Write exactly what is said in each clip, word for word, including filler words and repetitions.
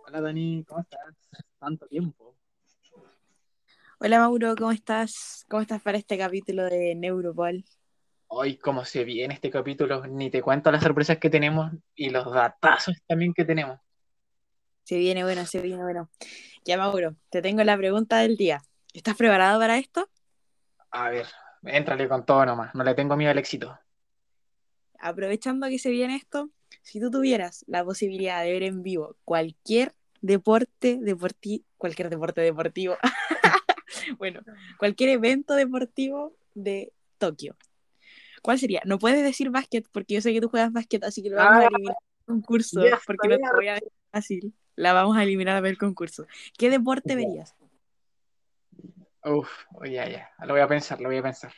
Hola Dani, ¿cómo estás? Tanto tiempo. Hola Mauro, ¿cómo estás? ¿Cómo estás para este capítulo de Neuropol? Hoy, cómo se viene este capítulo, ni te cuento las sorpresas que tenemos y los datazos también que tenemos. Se viene bueno, se viene bueno. Ya Mauro, te tengo la pregunta del día. ¿Estás preparado para esto? A ver, éntrale con todo nomás, no le tengo miedo al éxito. Aprovechando que se viene esto, si tú tuvieras la posibilidad de ver en vivo cualquier deporte deportivo, cualquier deporte deportivo, bueno, cualquier evento deportivo de Tokio, ¿cuál sería? No puedes decir básquet porque yo sé que tú juegas básquet, así que lo vamos a Ah, eliminar del concurso ya porque no te sabía. voy a dejar fácil. La vamos a eliminar del concurso. ¿Qué deporte Ya. verías? Uf, oh, ya, ya, lo voy a pensar, lo voy a pensar.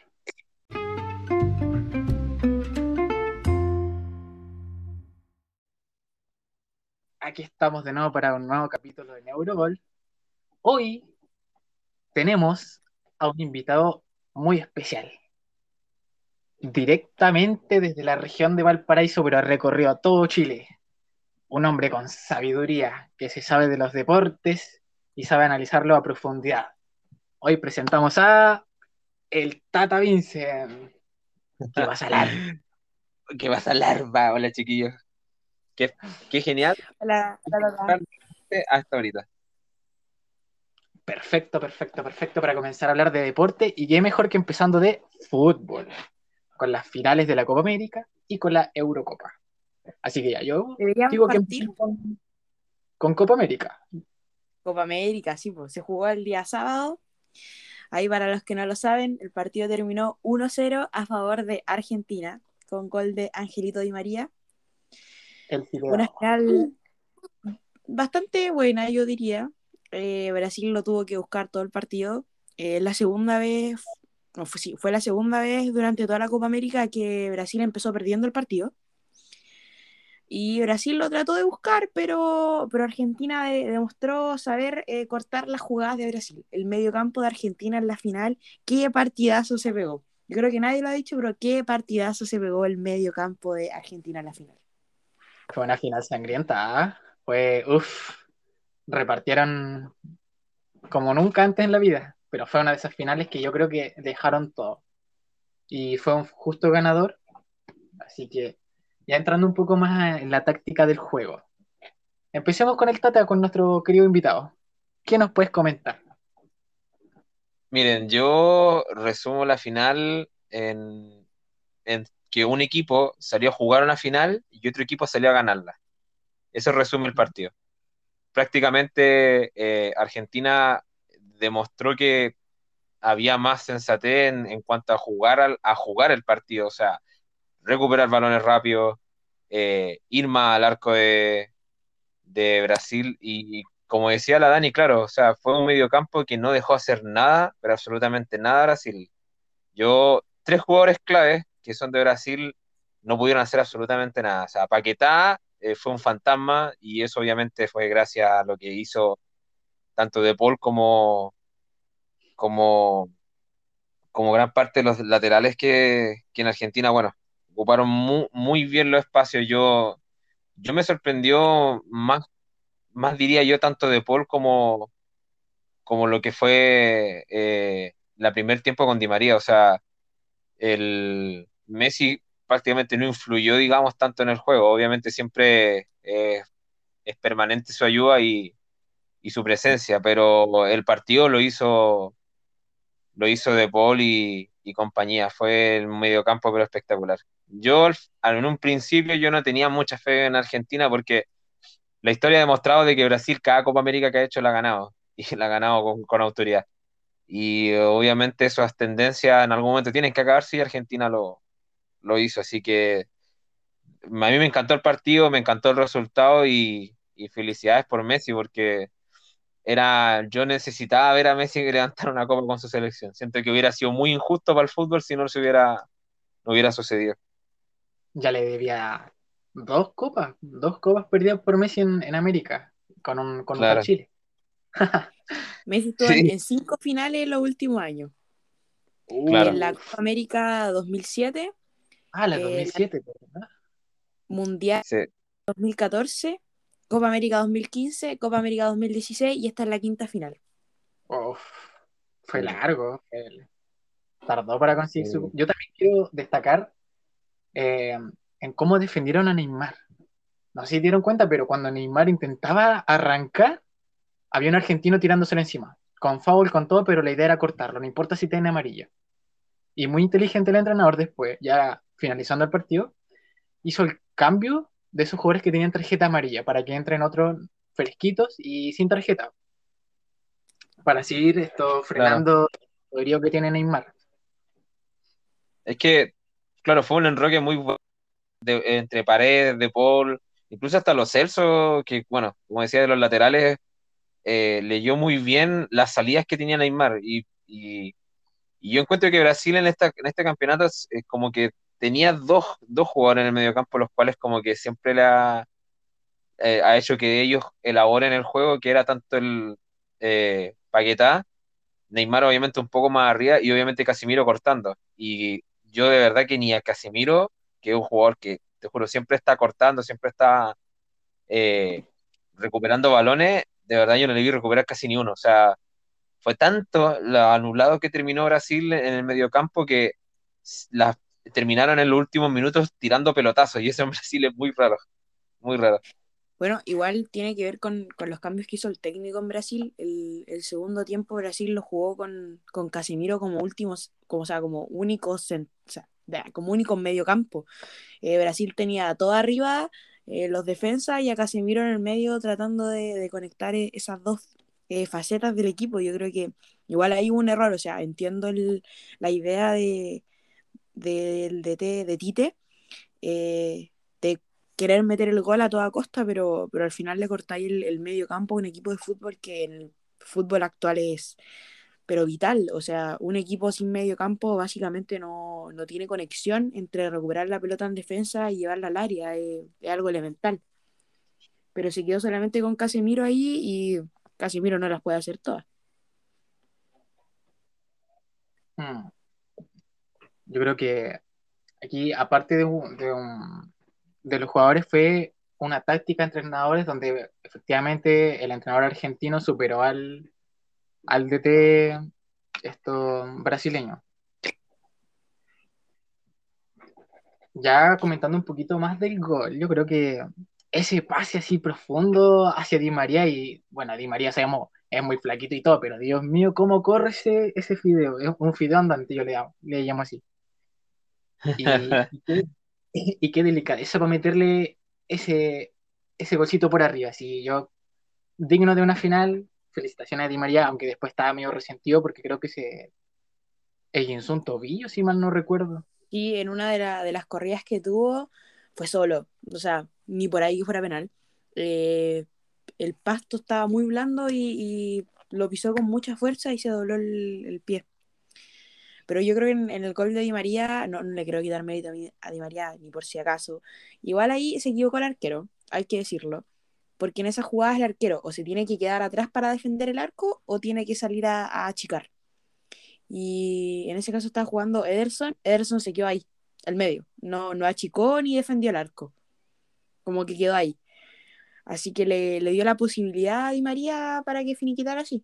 Aquí estamos de nuevo para un nuevo capítulo de Neuroball. Hoy tenemos a un invitado muy especial, directamente desde la región de Valparaíso, pero ha recorrido todo Chile. Un hombre con sabiduría que se sabe de los deportes y sabe analizarlo a profundidad. Hoy presentamos a el Tata Vincent. ¿Qué pasa, Lar? ¿Qué pasa, larva? Hola, chiquillos. Qué, qué genial Hola, hola, hola. hasta ahorita. Perfecto, perfecto, perfecto para comenzar a hablar de deporte y qué mejor que empezando de fútbol, con las finales de la Copa América y con la Eurocopa. Así que ya, yo Deberíamos digo que partir. empecemos con, con Copa América. Copa América, sí, pues se jugó el día sábado. Ahí, para los que no lo saben, el partido terminó uno cero a favor de Argentina, con gol de Angelito Di María. El Una Fideo. final bastante buena, yo diría. Eh, Brasil lo tuvo que buscar todo el partido. Eh, la segunda vez, no, fue, sí, fue la segunda vez durante toda la Copa América que Brasil empezó perdiendo el partido. Y Brasil lo trató de buscar, pero, pero Argentina de- demostró saber eh, cortar las jugadas de Brasil. El mediocampo de Argentina en la final, qué partidazo se pegó. Yo creo que nadie lo ha dicho, pero qué partidazo se pegó el mediocampo de Argentina en la final. Fue una final sangrienta, ¿ah? Fue, uff, repartieron como nunca antes en la vida, pero fue una de esas finales que yo creo que dejaron todo. Y fue un justo ganador, así que ya entrando un poco más en la táctica del juego. Empecemos con el Tata, con nuestro querido invitado. ¿Qué nos puedes comentar? Miren, yo resumo la final en, en que un equipo salió a jugar una final y otro equipo salió a ganarla. Eso resume el partido. Prácticamente eh, Argentina demostró que había más sensatez en, en cuanto a jugar, al- a jugar el partido, o sea, recuperar balones rápidos, eh, ir más al arco de de Brasil y como decía la Dani, claro, o sea, fue un mediocampo que no dejó hacer nada, pero absolutamente nada a Brasil. Yo, tres jugadores claves que son de Brasil no pudieron hacer absolutamente nada. O sea, Paquetá eh, fue un fantasma y eso obviamente fue gracias a lo que hizo tanto De Paul como, como, como gran parte de los laterales que, que en Argentina, bueno, ocuparon muy, muy bien los espacios. Yo, yo me sorprendió más, más diría yo, tanto De Paul como, como lo que fue eh, la primer tiempo con Di María. O sea, el Messi prácticamente no influyó, digamos, tanto en el juego. Obviamente siempre eh, es permanente su ayuda y, y su presencia, pero el partido lo hizo, lo hizo De Paul y, y compañía. Fue el mediocampo, pero espectacular. Yo al- en un principio yo no tenía mucha fe en Argentina porque la historia ha demostrado de que Brasil cada Copa América que ha hecho la ha ganado y la ha ganado con, con autoridad. Y eh, obviamente esas tendencias en algún momento tienen que acabarse y Argentina lo, lo hizo. Así que a mí me encantó el partido, me encantó el resultado y, y felicidades por Messi porque era, yo necesitaba ver a Messi levantar una copa con su selección. Siento que hubiera sido muy injusto para el fútbol si no se hubiera, no hubiera sucedido. Ya le debía dos copas, dos copas perdidas por Messi en, en América, con un, con un tal Claro. Chile. Messi estuvo en, Sí, en cinco finales en los últimos años. claro. En la Uh, Copa América dos mil siete, ah, la eh, la dos mil siete, ¿verdad? Mundial Sí, dos mil catorce Copa América dos mil quince, Copa América dos mil dieciséis y esta es la quinta final. Uf, fue Sí, largo. fue- Tardó para conseguir su. sí. Yo también quiero destacar eh, en cómo defendieron a Neymar. No sé si dieron cuenta, pero cuando Neymar intentaba arrancar, había un argentino tirándoselo encima. Con foul, con todo, pero la idea era cortarlo, no importa si tiene amarilla. Y muy inteligente el entrenador después, ya finalizando el partido, hizo el cambio de esos jugadores que tenían tarjeta amarilla para que entren otros fresquitos y sin tarjeta, para seguir esto Claro. frenando el poderío que tiene Neymar. Es que, claro, fue un enroque muy bueno de- entre Paredes, De Paul, incluso hasta los Celso, que, bueno, como decía, de los laterales, eh, leyó muy bien las salidas que tenía Neymar. Y, y, y yo encuentro que Brasil en, esta, en este campeonato es, es como que tenía dos, dos jugadores en el mediocampo, los cuales como que siempre la, eh, ha hecho que ellos elaboren el juego, que era tanto el eh, Paquetá, Neymar obviamente un poco más arriba y obviamente Casemiro cortando. Y yo de verdad que ni a Casemiro, que es un jugador que, te juro, siempre está cortando, siempre está eh, recuperando balones, de verdad yo no le vi recuperar casi ni uno. O sea, fue tanto lo anulado que terminó Brasil en el mediocampo que las terminaron en los últimos minutos tirando pelotazos y eso en Brasil es muy raro, muy raro. Bueno, igual tiene que ver con, con los cambios que hizo el técnico en Brasil. El, el segundo tiempo Brasil lo jugó con, con Casemiro como últimos, como, o sea, como únicos, o sea, de- como único medio campo. Eh, Brasil tenía a todo arriba, eh, los defensas y a Casemiro en el medio tratando de, de conectar eh, esas dos eh, facetas del equipo. Yo creo que igual hay un error, o sea, entiendo el, la idea de, del D T de Tite, eh, de querer meter el gol a toda costa, pero, pero al final le cortáis el, el medio campo a un equipo de fútbol que en el fútbol actual es pero vital. O sea, un equipo sin medio campo básicamente no, no tiene conexión entre recuperar la pelota en defensa y llevarla al área. Es, es algo elemental. Pero se quedó solamente con Casemiro ahí y Casemiro no las puede hacer todas. Hmm. Yo creo que aquí, aparte de, un- de, un- de los jugadores, fue una táctica entre entrenadores donde efectivamente el entrenador argentino superó al, al D T esto, brasileño. Ya comentando un poquito más del gol, yo creo que ese pase así profundo hacia Di María y, bueno, Di María sabemos, es muy flaquito y todo, pero Dios mío, cómo corre ese, ese fideo, es un fideo andante, yo le, llamo- le llamo así. Y, y, qué, y qué delicadeza para meterle ese, ese golcito por arriba, así yo, digno de una final, felicitaciones a Di María, aunque después estaba medio resentido porque creo que se esguinzó un tobillo, si mal no recuerdo. Y en una de, la- de las corridas que tuvo fue solo, o sea, ni por ahí que fuera penal. Eh, el pasto estaba muy blando y, y lo pisó con mucha fuerza y se dobló el, el pie. Pero yo creo que en, en el gol de Di María, no, no le creo quitar mérito a, mi- a Di María, ni por si acaso. Igual ahí se equivocó el arquero, hay que decirlo. Porque en esas jugadas el arquero o se tiene que quedar atrás para defender el arco o tiene que salir a, a achicar. Y en ese caso estaba jugando Ederson. Ederson se quedó ahí, al medio. No, no achicó ni defendió el arco. Como que quedó ahí. Así que le, le dio la posibilidad a Di María para que finiquitara así.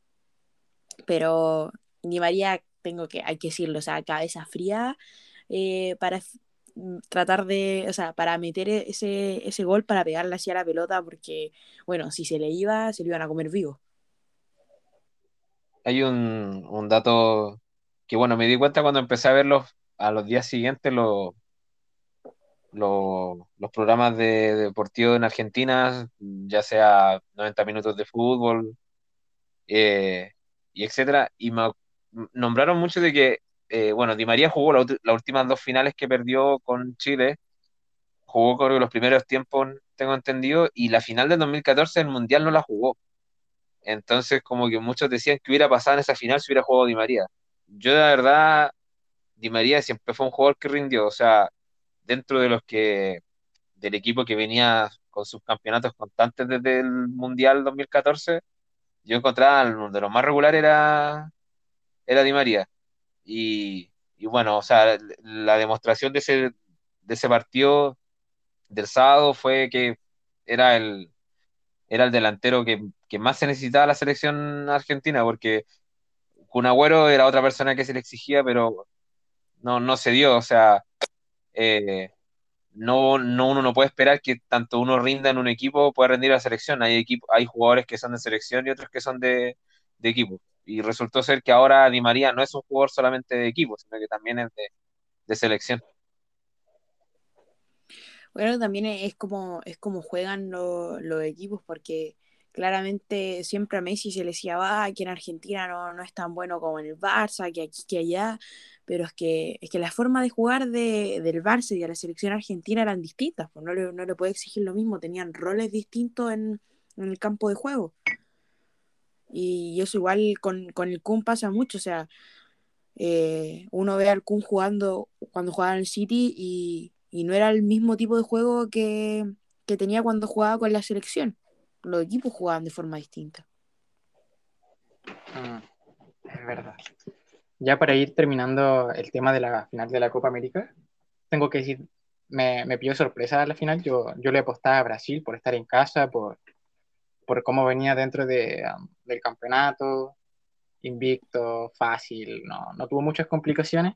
Pero Di María, tengo que, hay que decirlo, o sea, cabeza fría eh, para f- mm, tratar de, o sea, para meter e- ese, ese gol, para pegarle así a la pelota, porque, bueno, si se le iba, se lo iban a comer vivo. Hay un, un dato que, bueno, me di cuenta cuando empecé a verlos a los días siguientes, los, los, los programas de, deportivos en Argentina, ya sea noventa minutos de fútbol, eh, y etcétera, y me nombraron mucho de que, eh, bueno, Di María jugó la ulti- las últimas dos finales que perdió con Chile, jugó creo que los primeros tiempos, tengo entendido, y la final del dos mil catorce el Mundial no la jugó. Entonces, como que muchos decían que hubiera pasado en esa final si hubiera jugado Di María. Yo, la verdad, Di María siempre fue un jugador que rindió, o sea, dentro de los que, del equipo que venía con sus campeonatos constantes desde el Mundial dos mil catorce, yo encontraba uno de los más regulares era, era Di María. Y, y bueno, o sea, la demostración de ese, de ese partido del sábado fue que era el, era el delantero que, que más se necesitaba la selección argentina, porque Kun Agüero era otra persona que se le exigía, pero no, no se dio, o sea, eh, no, no, uno no puede esperar que tanto uno rinda en un equipo pueda rendir a la selección. Hay equipo, hay jugadores que son de selección y otros que son de, de equipo. Y resultó ser que ahora Di María no es un jugador solamente de equipo, sino que también es de, de selección. Bueno, también es como, es como juegan lo- los equipos, porque claramente siempre a Messi se le decía, va, que en Argentina no, no es tan bueno como en el Barça, que aquí, que allá, pero es que, es que la forma de jugar de, del Barça y de la selección argentina eran distintas, pues no le, no le puede exigir lo mismo, tenían roles distintos en, en el campo de juego. Y eso igual con, con el Kun pasa mucho, o sea, eh, uno ve al Kun jugando cuando jugaba en el City y, y no era el mismo tipo de juego que, que tenía cuando jugaba con la selección. Los equipos jugaban de forma distinta. Mm, es verdad. Ya para ir terminando el tema de la final de la Copa América, tengo que decir, me, me pilló sorpresa la final. Yo, yo le apostaba a Brasil por estar en casa, por, por cómo venía dentro de, um, del campeonato, invicto, fácil, no, no tuvo muchas complicaciones.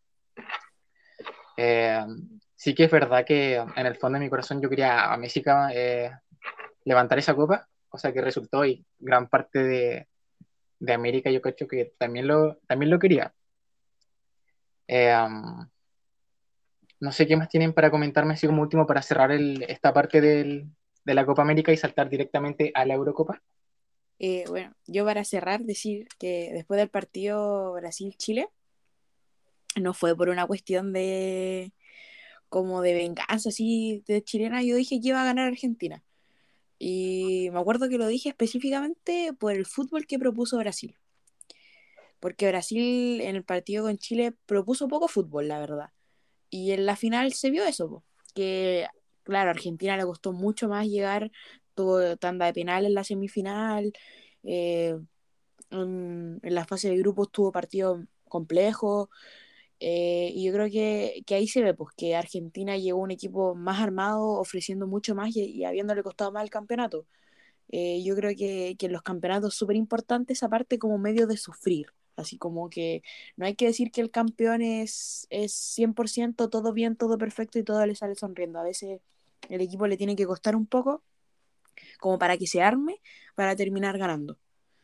Eh, sí que es verdad que en el fondo de mi corazón yo quería a Messi eh, levantar esa copa, cosa que resultó y gran parte de, de América yo creo que también lo, también lo quería. Eh, um, no sé qué más tienen para comentarme así como último para cerrar el, esta parte del, de la Copa América y saltar directamente a la Eurocopa. Eh, bueno, yo para cerrar decir que después del partido Brasil-Chile no fue por una cuestión de como de venganza así de chilena, yo dije que iba a ganar Argentina. Y me acuerdo que lo dije específicamente por el fútbol que propuso Brasil. Porque Brasil en el partido con Chile propuso poco fútbol, la verdad. Y en la final se vio eso, po, que claro, a Argentina le costó mucho más llegar, tuvo tanda de penal en la semifinal, eh, en, en la fase de grupos tuvo partidos complejos, eh, y yo creo que, que ahí se ve pues, que Argentina llegó un equipo más armado, ofreciendo mucho más y, y habiéndole costado más el campeonato. Eh, yo creo que, que en los campeonatos es súper importante esa parte como medio de sufrir. Así como que no hay que decir que el campeón es, es cien por ciento todo bien, todo perfecto y todo le sale sonriendo. A veces el equipo le tiene que costar un poco como para que se arme para terminar ganando.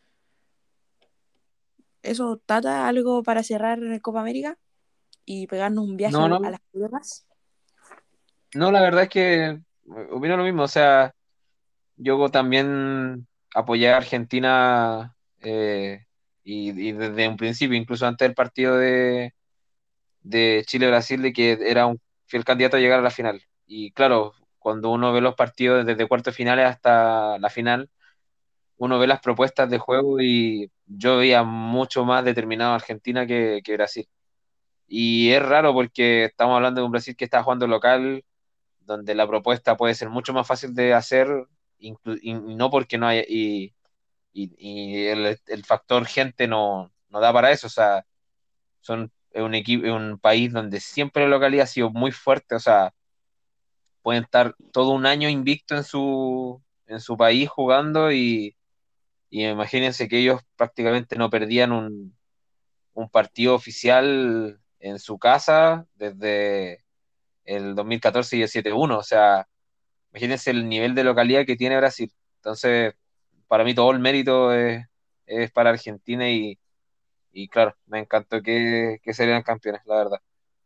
Eso, Tata, algo para cerrar en el Copa América y pegarnos un viaje No, a, a no, las Europas. no, la verdad es que eh, opino lo mismo, o sea, yo también apoyé a Argentina eh, y, y desde un principio, incluso antes del partido de, de Chile-Brasil, de que era un fiel candidato a llegar a la final. Y claro, cuando uno ve los partidos desde cuartos finales hasta la final, uno ve las propuestas de juego y yo veía mucho más determinado a Argentina que, que Brasil. Y es raro porque estamos hablando de un Brasil que está jugando local, donde la propuesta puede ser mucho más fácil de hacer, inclu- y no porque no haya, y, y- y el, el factor gente no, no da para eso, o sea, son es un equipo, un país donde siempre la localidad ha sido muy fuerte, o sea, pueden estar todo un año invicto en su, en su país jugando y, y imagínense que ellos prácticamente no perdían un, un partido oficial en su casa desde el dos mil catorce y el siete uno, o sea, imagínense el nivel de localidad que tiene Brasil. Entonces, para mí todo el mérito es, es para Argentina y, y claro, me encantó que, que serían campeones, la verdad.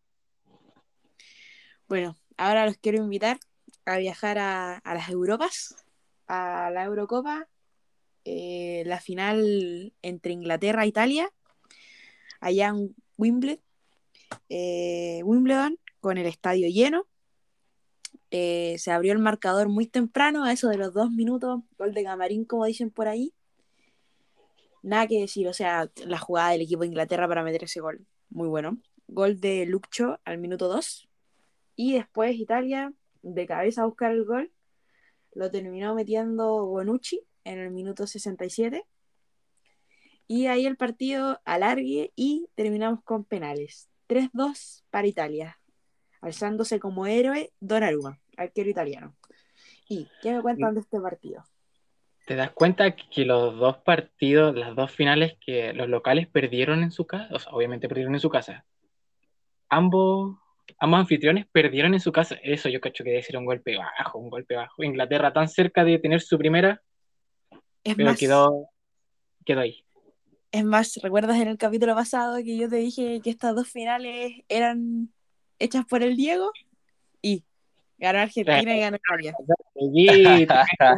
Bueno, ahora los quiero invitar a viajar a, a las Europas, a la Eurocopa, eh, la final entre Inglaterra e Italia, allá en Wimbledon, eh, Wimbledon, con el estadio lleno. Eh, se abrió el marcador muy temprano, a eso de los dos minutos, gol de camarín, como dicen por ahí. Nada que decir, o sea, la jugada del equipo de Inglaterra para meter ese gol, muy bueno. Gol de Luke Shaw al minuto dos. Y después Italia, de cabeza a buscar el gol, lo terminó metiendo Bonucci en el minuto sesenta y siete. Y ahí el partido alargue y terminamos con penales. tres dos para Italia, alzándose como héroe Donnarumma, arquero italiano. ¿Y qué me cuentan de este partido? ¿Te das cuenta que los dos partidos, las dos finales que los locales perdieron en su casa? O sea, obviamente perdieron en su casa. Ambos, ambos anfitriones perdieron en su casa. Eso yo cacho que debe ser un golpe bajo, un golpe bajo. Inglaterra tan cerca de tener su primera, Es pero más, quedó, quedó ahí. es más, ¿recuerdas en el capítulo pasado que yo te dije que estas dos finales eran hechas por el Diego? Y ganó Eh, Argentina y ganó Italia. Seguí,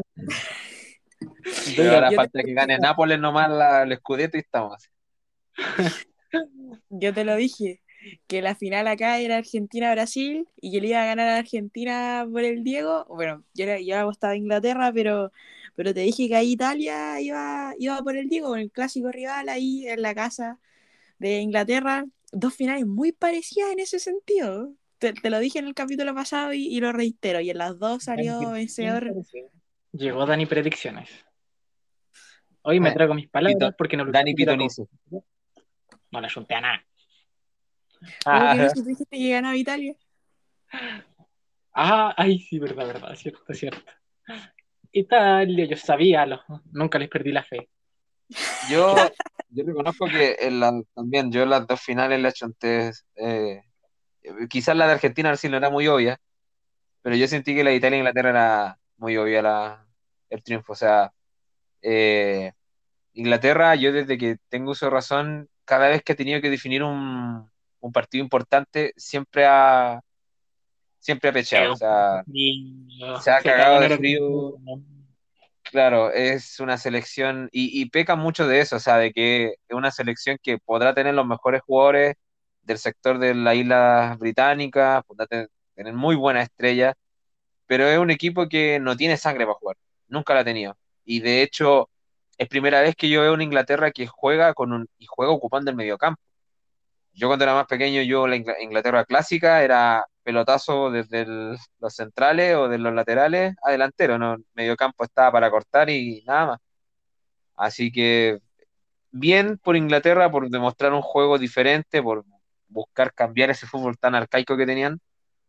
Pero dura. ahora Yo te, falta que gane Nápoles nomás la, el Scudetto y estamos. yo te lo dije, que la final acá era Argentina-Brasil y que le iba a ganar a Argentina por el Diego. Bueno, yo, era, yo apostaba a Inglaterra, pero, pero te dije que ahí Italia iba, iba por el Diego, con el clásico rival ahí en la casa de Inglaterra. Dos finales muy parecidas en ese sentido. Te, te lo dije en el capítulo pasado y, y lo reitero. Y en las dos Dani salió Predicciones, vencedor. parece. Llegó Dani Predicciones. Hoy me Eh, trago mis palabras Pito- porque no lo Dani que era co- Pitonizo. no le ayunté a nada. ¿Cómo que no? Ah, Si tú dijiste que ganaba Italia. ah, ay, sí, verdad, verdad, cierto, cierto. Italia, yo sabía, lo- nunca les perdí la fe. Que- Yo, yo reconozco que en la- también yo en las dos finales la chonté. Eh, quizás la de Argentina sí no era muy obvia, pero yo sentí que la de Italia e Inglaterra era muy obvia la, el triunfo. O sea, eh, Inglaterra, yo desde que tengo uso de razón, cada vez que he tenido que definir un, un partido importante, siempre ha, siempre ha pechado. O Pero, sea, niño, se ha si acá ya cagado no de era frío. como- Claro, es una selección y, y peca mucho de eso, o sea, de que es una selección que podrá tener los mejores jugadores del sector de las Islas Británicas, podrá te- tener muy buenas estrellas, pero es un equipo que no tiene sangre para jugar, nunca la ha tenido. Y de hecho, es primera vez que yo veo una Inglaterra que juega con un, y juega ocupando el mediocampo. Yo cuando era más pequeño, yo la Ingl- Inglaterra clásica era pelotazo desde el- los centrales o de los laterales a delantero, ¿no? Medio campo estaba para cortar y nada más. Así que bien por Inglaterra, por demostrar un juego diferente, por buscar cambiar ese fútbol tan arcaico que tenían,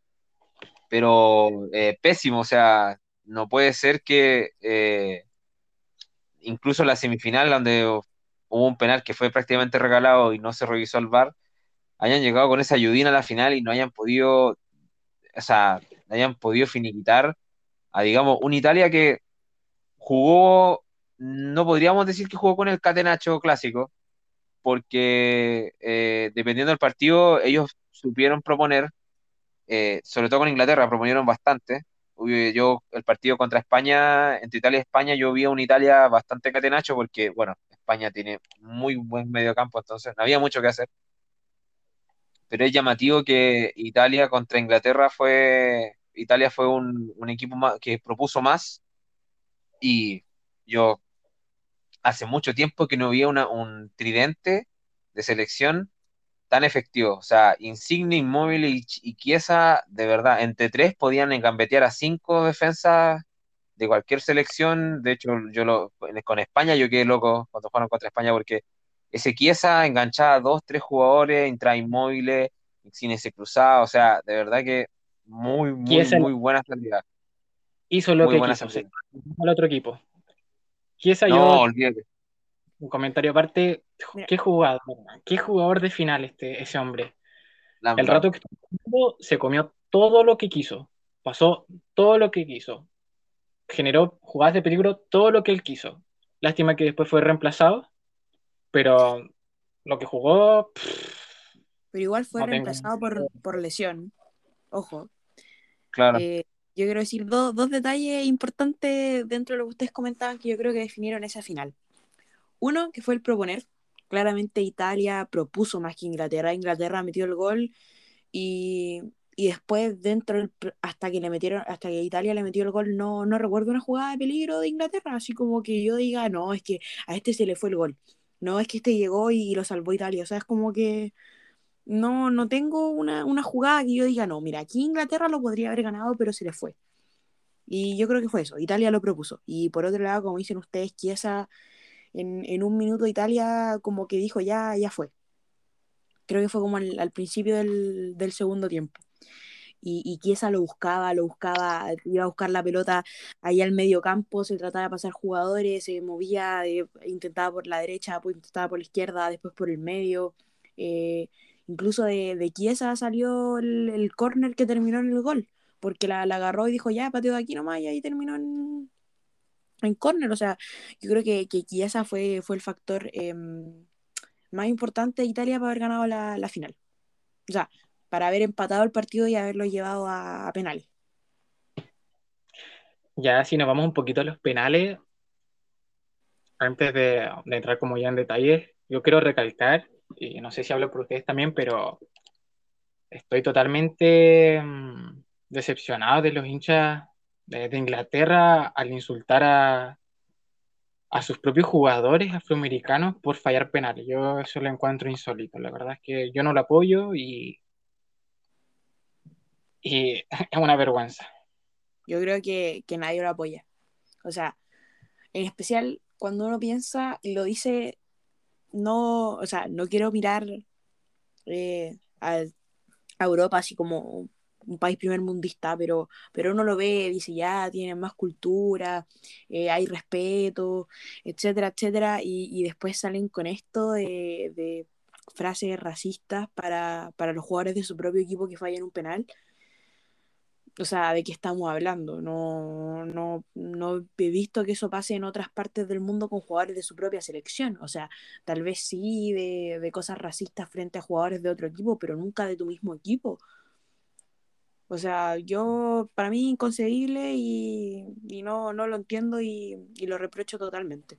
pero eh, pésimo, o sea, no puede ser que eh, incluso la semifinal, donde hubo un penal que fue prácticamente regalado y no se revisó el V A R, hayan llegado con esa ayudina a la final y no hayan podido, o sea, hayan podido finiquitar a, digamos, un Italia que jugó, no podríamos decir que jugó con el catenaccio clásico, porque eh, dependiendo del partido, ellos supieron proponer, eh, sobre todo con Inglaterra, proponieron bastante. Uy, Yo, el partido contra España, entre Italia y España, yo vi a un Italia bastante catenacho, porque, bueno, España tiene muy buen mediocampo, entonces no había mucho que hacer. Pero es llamativo que Italia contra Inglaterra fue, Italia fue un, un equipo más, que propuso más y yo hace mucho tiempo que no había una, un tridente de selección tan efectivo. O sea, Insigne, Immobile y, y Chiesa, de verdad, entre tres podían engambetear a cinco defensas de cualquier selección. De hecho, yo lo, con España yo quedé loco cuando jugaron contra España porque ese Chiesa enganchaba a dos, tres jugadores, entraba Immobile, Insigne se cruzaba. O sea, de verdad que muy, muy, Chiesa muy buena salida. hizo lo Muy que buena quiso, se salida. al otro equipo. Chiesa, No, yo, olvídate. un comentario aparte, Mira, qué jugador, qué jugador de final este, ese hombre. El Lambert. rato que estuvo jugando, se comió todo lo que quiso, pasó todo lo que quiso, generó jugadas de peligro todo lo que él quiso. Lástima que después fue reemplazado, pero lo que jugó, pff, pero igual fue no tengo. reemplazado por, por lesión. Ojo. Claro. Eh, yo quiero decir do- dos detalles importantes dentro de lo que ustedes comentaban que yo creo que definieron esa final. Uno, que fue el proponer. Claramente Italia propuso más que Inglaterra. Inglaterra metió el gol y, y después dentro del, hasta que le metieron, hasta que Italia le metió el gol, no, no recuerdo una jugada de peligro de Inglaterra, así como que yo diga, no, es que a este se le fue el gol. No, es que este llegó y, y lo salvó Italia. O sea, es como que no, no tengo una, una jugada que yo diga, no, mira, aquí Inglaterra lo podría haber ganado, pero se le fue. Y yo creo que fue eso, Italia lo propuso. Y por otro lado, como dicen ustedes, Chiesa en, en un minuto Italia como que dijo, ya, ya fue. Creo que fue como al, al principio del, del segundo tiempo. y, y Chiesa lo buscaba, lo buscaba, iba a buscar la pelota ahí al medio campo, se trataba de pasar jugadores, se movía, eh, intentaba por la derecha, pues intentaba por la izquierda, después por el medio. eh, Incluso de, de Chiesa salió el, el córner que terminó en el gol, porque la, la agarró y dijo, ya, pateo de aquí nomás, y ahí terminó en, en córner. O sea, yo creo que, que Chiesa fue, fue el factor eh, más importante de Italia para haber ganado la, la final. O sea, para haber empatado el partido y haberlo llevado a, a penales. Ya si nos vamos un poquito a los penales, antes de, de entrar como ya en detalles, yo quiero recalcar, y no sé si hablo por ustedes también, pero estoy totalmente mm, decepcionado de los hinchas de, de Inglaterra al insultar a, a sus propios jugadores afroamericanos por fallar penales. Yo eso lo encuentro insólito. La verdad es que yo no lo apoyo y, y es una vergüenza. Yo creo que, que nadie lo apoya. O sea, en especial cuando uno piensa y lo dice, no, o sea, no quiero mirar eh, a, a Europa así como un país primer mundista, pero, pero uno lo ve, dice ya tienen más cultura, eh, hay respeto, etcétera, etcétera, y, y después salen con esto de, de frases racistas para, para los jugadores de su propio equipo que fallan un penal. O sea, ¿de qué estamos hablando? No, no, no he visto que eso pase en otras partes del mundo con jugadores de su propia selección. O sea, tal vez sí de, de cosas racistas frente a jugadores de otro equipo, pero nunca de tu mismo equipo. O sea, yo, para mí, inconcebible y, y no, no lo entiendo y, y lo reprocho totalmente.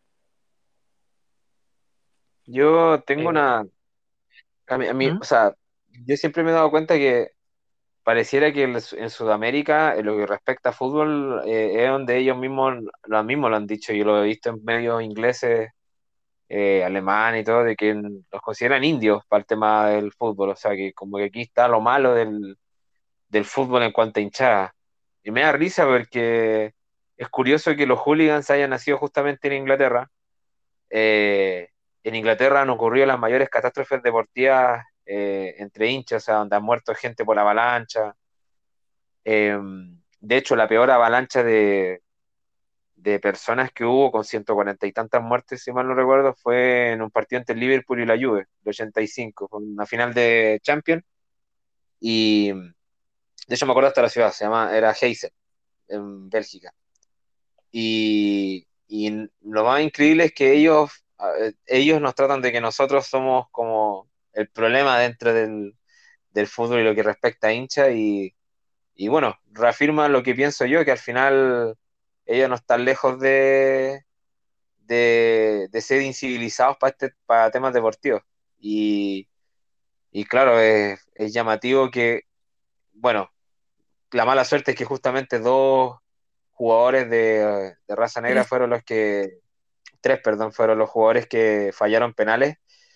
Yo tengo Eh, una, a mí, a mí, ¿Mm? o sea, yo siempre me he dado cuenta que pareciera que en en Sudamérica, en lo que respecta a fútbol, eh, es donde ellos mismos, lo mismo lo han dicho, yo lo he visto en medios ingleses, eh, alemanes y todo, de que los consideran indios para el tema del fútbol, o sea, que como que aquí está lo malo del, del fútbol en cuanto a hinchada. Y me da risa porque es curioso que los hooligans hayan nacido justamente en Inglaterra. Eh, en Inglaterra han ocurrido las mayores catástrofes deportivas eh, entre hinchas, o sea, donde han muerto gente por avalancha. Eh, de hecho, la peor avalancha de, de personas que hubo, con ciento cuarenta y tantas muertes, si mal no recuerdo, fue en un partido entre el Liverpool y la Juve, el ochenta y cinco, fue una final de Champions. Y de hecho me acuerdo hasta la ciudad, se llama, era Heysel, en Bélgica. Y, y lo más increíble es que ellos, eh, ellos nos tratan de que nosotros somos como el problema dentro del, del fútbol y lo que respecta a hincha y, y bueno, reafirma lo que pienso yo, que al final ellos no están lejos de, de, de ser incivilizados para, este, para temas deportivos. Y, y claro, es, es llamativo que, bueno, la mala suerte es que justamente dos jugadores de, de raza negra Tres. fueron los que, tres, perdón, fueron los jugadores que fallaron penales,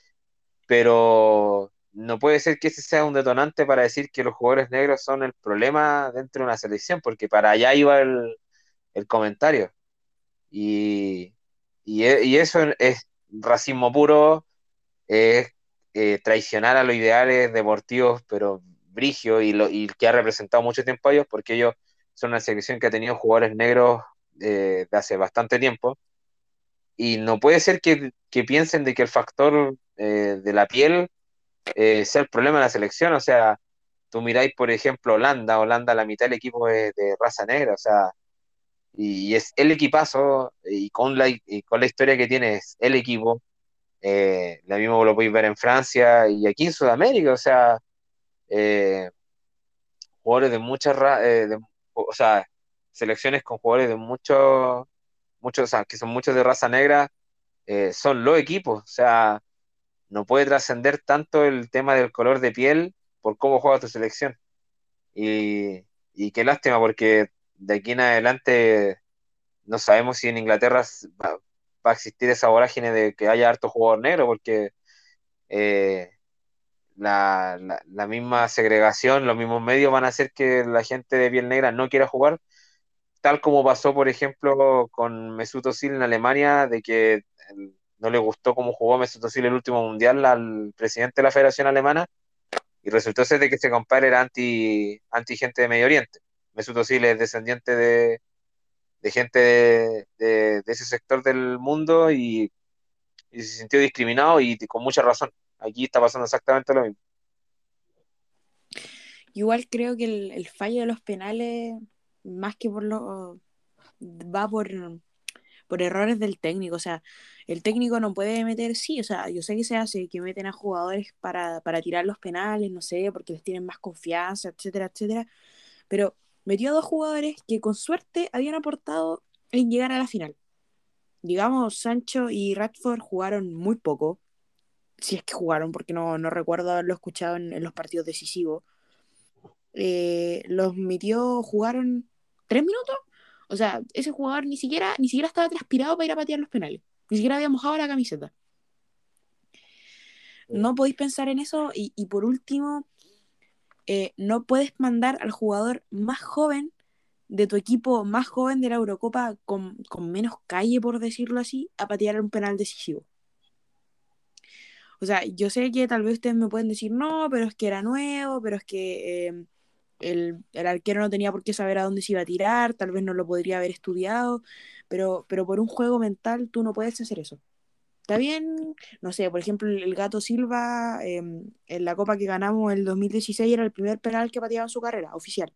pero no puede ser que ese sea un detonante para decir que los jugadores negros son el problema dentro de una selección, porque para allá iba el, el comentario. Y, y, e- y eso es racismo puro, es eh, traicionar a los ideales deportivos, pero brigio, y, lo, y que ha representado mucho tiempo a ellos, porque ellos son una selección que ha tenido jugadores negros eh, de hace bastante tiempo y no puede ser que, que piensen de que el factor eh, de la piel eh, sea el problema de la selección. O sea, tú miráis, por ejemplo, Holanda, Holanda, la mitad del equipo es de raza negra, o sea, y, y es el equipazo, y con la, y con la historia que tiene es el equipo, eh, lo mismo lo podéis ver en Francia y aquí en Sudamérica, o sea, eh, jugadores de muchas, ra- eh, de- o sea, selecciones con jugadores de muchos, muchos, o sea, que son muchos de raza negra, eh, son los equipos, o sea, no puede trascender tanto el tema del color de piel por cómo juega tu selección. Y, y qué lástima, porque de aquí en adelante no sabemos si en Inglaterra va, va a existir esa vorágine de que haya harto jugador negro, porque eh, la, la, la misma segregación, los mismos medios van a hacer que la gente de piel negra no quiera jugar, tal como pasó, por ejemplo, con Mesut Özil en Alemania, de que el- no le gustó cómo jugó Mesut Özil el último mundial al presidente de la Federación Alemana, Y resultó ser de que este compadre era anti, anti gente de Medio Oriente. Mesut Özil es descendiente de, de gente de, de- de ese sector del mundo y, y se sintió discriminado y con mucha razón. Aquí está pasando exactamente lo mismo. Igual creo que el, el fallo de los penales, más que por lo, va por, por errores del técnico. O sea, el técnico no puede meter, sí, o sea, yo sé que se hace, que meten a jugadores para, para tirar los penales, no sé, porque les tienen más confianza, etcétera, etcétera. Pero metió a dos jugadores que con suerte habían aportado en llegar a la final. Digamos, Sancho y Rashford jugaron muy poco, si es que jugaron, porque no, no recuerdo haberlo escuchado en, en los partidos decisivos. Eh, los metió, jugaron tres minutos. O sea, ese jugador ni siquiera, ni siquiera estaba transpirado para ir a patear los penales. Ni siquiera había mojado la camiseta. No podéis pensar en eso. Y, y por último, eh, no puedes mandar al jugador más joven de tu equipo, más joven de la Eurocopa, con, con menos calle, por decirlo así, a patear un penal decisivo. O sea, yo sé que tal vez ustedes me pueden decir, no, pero es que era nuevo, pero es que eh, el, el arquero no tenía por qué saber a dónde se iba a tirar, tal vez no lo podría haber estudiado, pero, pero por un juego mental tú no puedes hacer eso. Está bien, no sé, por ejemplo, el, el Gato Silva eh, en la Copa que ganamos el dos mil dieciséis era el primer penal que pateaba en su carrera, oficial.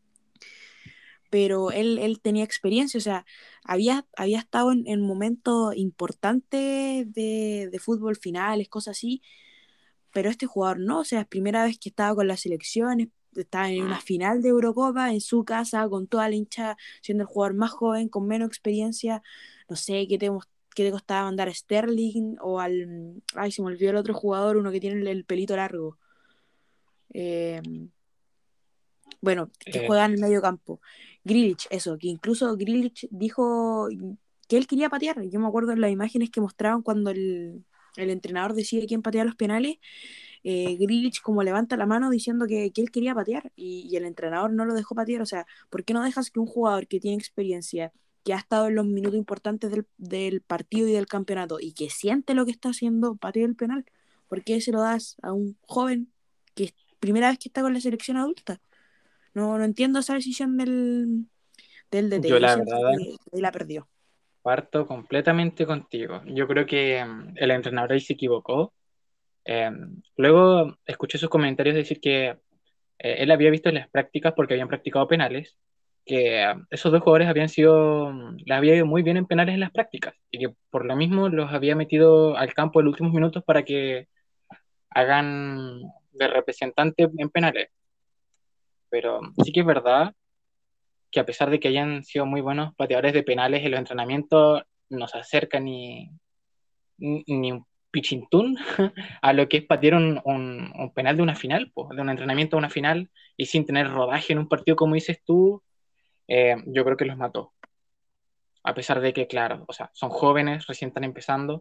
Pero él, él tenía experiencia, o sea, había, había estado en, en momentos importantes de, de fútbol finales, cosas así, pero este jugador no, o sea, es primera vez que estaba con las selecciones, estaba en una final de Eurocopa en su casa, con toda la hincha, siendo el jugador más joven, con menos experiencia, no sé, ¿qué te, qué te costaba mandar a Sterling o al, ay, se me olvidó el otro jugador, uno que tiene el, el pelito largo, eh, bueno, que Eh, juega en el medio campo, Grealish, eso, que incluso Grealish dijo que él quería patear, yo me acuerdo en las imágenes que mostraban cuando el, el entrenador decide quién patea los penales, eh, Grealish como levanta la mano diciendo que, que él quería patear y, y el entrenador no lo dejó patear. O sea, ¿por qué no dejas que un jugador que tiene experiencia, que ha estado en los minutos importantes del, del partido y del campeonato y que siente lo que está haciendo, patee el penal? ¿Por qué se lo das a un joven que es primera vez que está con la selección adulta? No, no entiendo esa decisión del, del D T. yo Yo la siento verdad que él la perdió. parto completamente contigo. Yo creo que mm, el entrenador ahí se equivocó. Eh, luego escuché sus comentarios decir que eh, él había visto en las prácticas, porque habían practicado penales, que eh, esos dos jugadores habían sido, mm, les había ido muy bien en penales en las prácticas y que por lo mismo los había metido al campo en los últimos minutos para que hagan de representante en penales. Pero sí que es verdad que a pesar de que hayan sido muy buenos pateadores de penales en los entrenamientos, no se acerca ni, ni, ni un pichintún a lo que es patear un, un, un penal de una final, pues, de un entrenamiento a una final, y sin tener rodaje en un partido, como dices tú, eh, yo creo que los mató. A pesar de que, claro, o sea, son jóvenes, recién están empezando.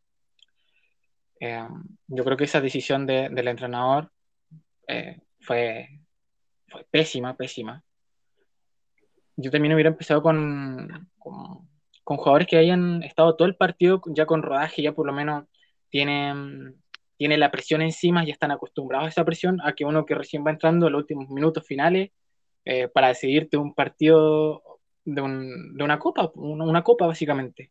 Eh, yo creo que esa decisión de, del entrenador eh, fue, fue pésima, pésima. Yo también hubiera empezado con, con, con jugadores que hayan estado todo el partido ya con rodaje, ya por lo menos tienen, tienen la presión encima, ya están acostumbrados a esa presión, a que uno que recién va entrando en los últimos minutos finales eh, para decidirte un partido de, un, de una copa, una, una copa básicamente.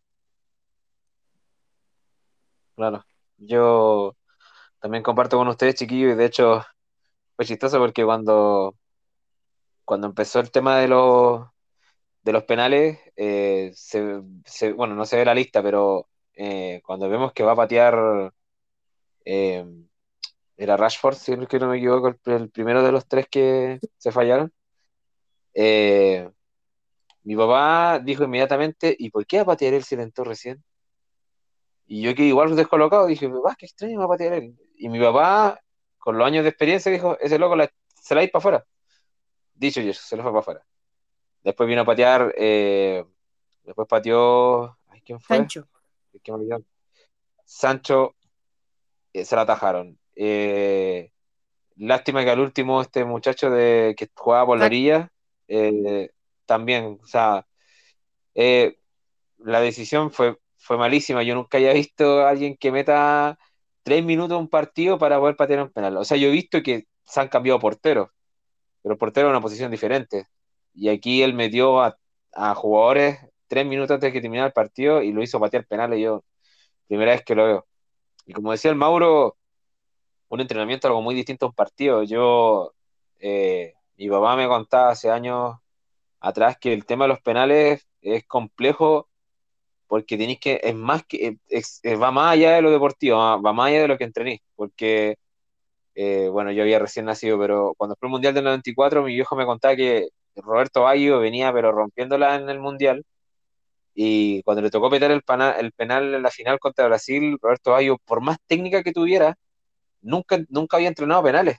Claro. Yo también comparto con ustedes, chiquillos, y de hecho fue chistoso porque cuando, cuando empezó el tema de los, de los penales, eh, se, se- bueno, no se ve la lista, pero eh, cuando vemos que va a patear, eh, era Rashford, si es que no me equivoco, el, el primero de los tres que se fallaron, eh, mi papá dijo inmediatamente, ¿y por qué va a patear él si le entró recién? Y yo que igual descolocado, dije, papá, qué extraño va a patear él. Y mi papá, con los años de experiencia, dijo, ese loco la- se la va a ir para afuera. Dicho y eso, se lo fue para afuera. Después vino a patear, eh, después pateó, ay, ¿quién fue? Sancho, Es que me olvidó. Sancho, eh, se la atajaron. Eh, lástima que al último este muchacho de, que jugaba por la Gato, orilla, eh, también, o sea, eh, la decisión fue, fue malísima. Yo nunca había visto a alguien que meta tres minutos un partido para poder patear un penal. O sea, yo he visto que se han cambiado porteros, pero el portero es una posición diferente. Y aquí él metió a, a jugadores tres minutos antes de que terminara el partido y lo hizo patear penales. Yo, primera vez que lo veo. Y como decía el Mauro, un entrenamiento es algo muy distinto a un partido. Yo, eh, mi papá me contaba hace años atrás que el tema de los penales es complejo porque tenéis que, es más que, es- es- va más allá de lo deportivo, va va más allá de lo que entrenéis, porque, eh, bueno, yo había recién nacido, pero cuando fue el Mundial del noventa y cuatro, mi viejo me contaba que Roberto Baggio venía, pero rompiéndola en el Mundial, y cuando le tocó petar el, pana- el penal en la final contra Brasil, Roberto Baggio, por más técnica que tuviera, nunca, nunca había entrenado penales,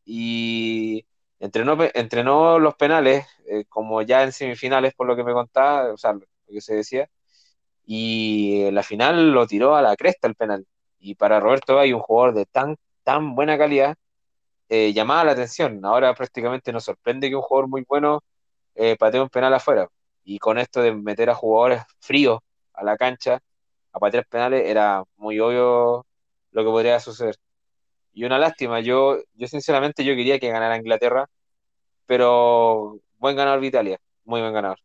y entrenó, pe- entrenó los penales, eh, como ya en semifinales, por lo que me contaba, o sea, lo que se decía, y en la final lo tiró a la cresta el penal. Y para Roberto hay un jugador de tan, tan buena calidad, eh, llamaba la atención. Ahora prácticamente nos sorprende que un jugador muy bueno eh, patee un penal afuera. Y con esto de meter a jugadores fríos a la cancha a patear penales, era muy obvio lo que podría suceder. Y una lástima, yo, yo sinceramente yo quería que ganara Inglaterra, pero buen ganador de Italia, muy buen ganador.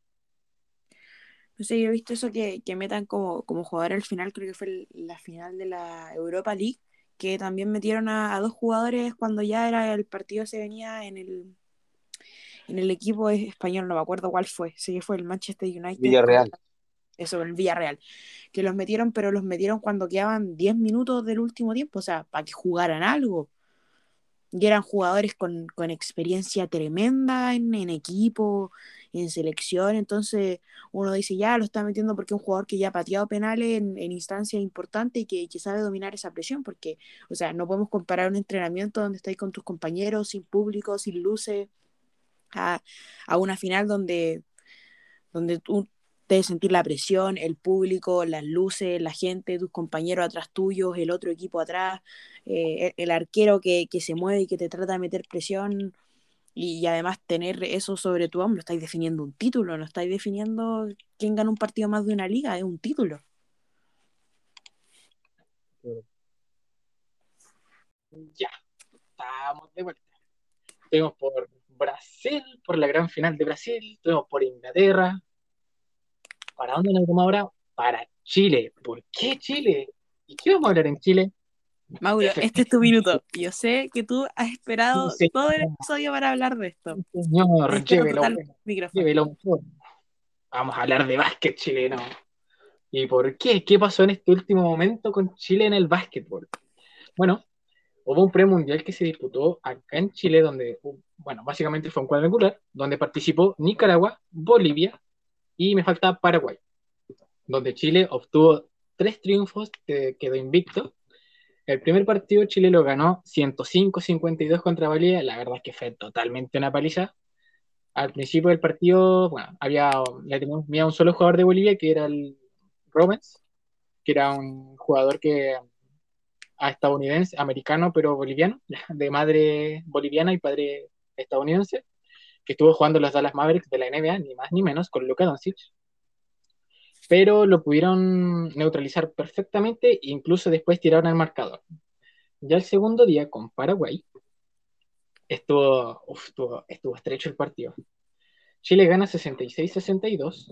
No sé, yo he visto eso que, que metan como, como jugador al final, creo que fue el- la final de la Europa League, que también metieron a, a dos jugadores cuando ya era el partido se venía en el, en el equipo español, no me acuerdo cuál fue, sé que fue el Manchester United Villarreal. contra eso, el Villarreal, que los metieron, pero los metieron cuando quedaban diez minutos del último tiempo, o sea, para que jugaran algo. Y eran jugadores con, con experiencia tremenda en, en equipo, en selección. Entonces uno dice, ya lo está metiendo porque es un jugador que ya ha pateado penales en, en instancias importantes y que, que sabe dominar esa presión. Porque, o sea, no podemos comparar un entrenamiento donde estáis con tus compañeros, sin público, sin luces, a, a una final donde donde tú debes sentir la presión, el público, las luces, la gente, tus compañeros atrás tuyos, el otro equipo atrás, eh, el arquero que, que se mueve y que te trata de meter presión y, y además tener eso sobre tu hombro, estáis definiendo un título, no estáis definiendo quién gana un partido más de una liga, es un título. Ya, estamos de vuelta. Estuvimos por Brasil, por la gran final de Brasil, estuvimos por Inglaterra. ¿Para dónde nos vamos ahora? Para Chile. ¿Por qué Chile? ¿Y qué vamos a hablar en Chile? Mauro, este es tu Efectivamente, minuto. Yo sé que tú has sí, esperado todo el señor, episodio para hablar de esto. sí, Te señor, cedo llévelo, totalmente bueno, el micrófono. llévelo mejor. Vamos a hablar de básquet chileno. ¿Y por qué? ¿Qué pasó en este último momento con Chile en el básquetbol? Bueno, hubo un premundial que se disputó acá en Chile, donde, bueno, básicamente fue un cuadrangular, donde participó Nicaragua, Bolivia y me falta Paraguay, donde Chile obtuvo tres triunfos, eh, quedó invicto. El primer partido Chile lo ganó ciento cinco a cincuenta y dos contra Bolivia, la verdad es que fue totalmente una paliza. Al principio del partido, bueno, había, le teníamos miedo a un solo jugador de Bolivia, que era el Robbins, que era un jugador que a estadounidense, americano, pero boliviano, de madre boliviana y padre estadounidense, que estuvo jugando los Dallas Mavericks de la N B A, ni más ni menos, con Luka Doncic, pero lo pudieron neutralizar perfectamente e incluso después tiraron el marcador. Ya el segundo día con Paraguay estuvo, uf, estuvo, estuvo estrecho el partido. Chile gana sesenta y seis a sesenta y dos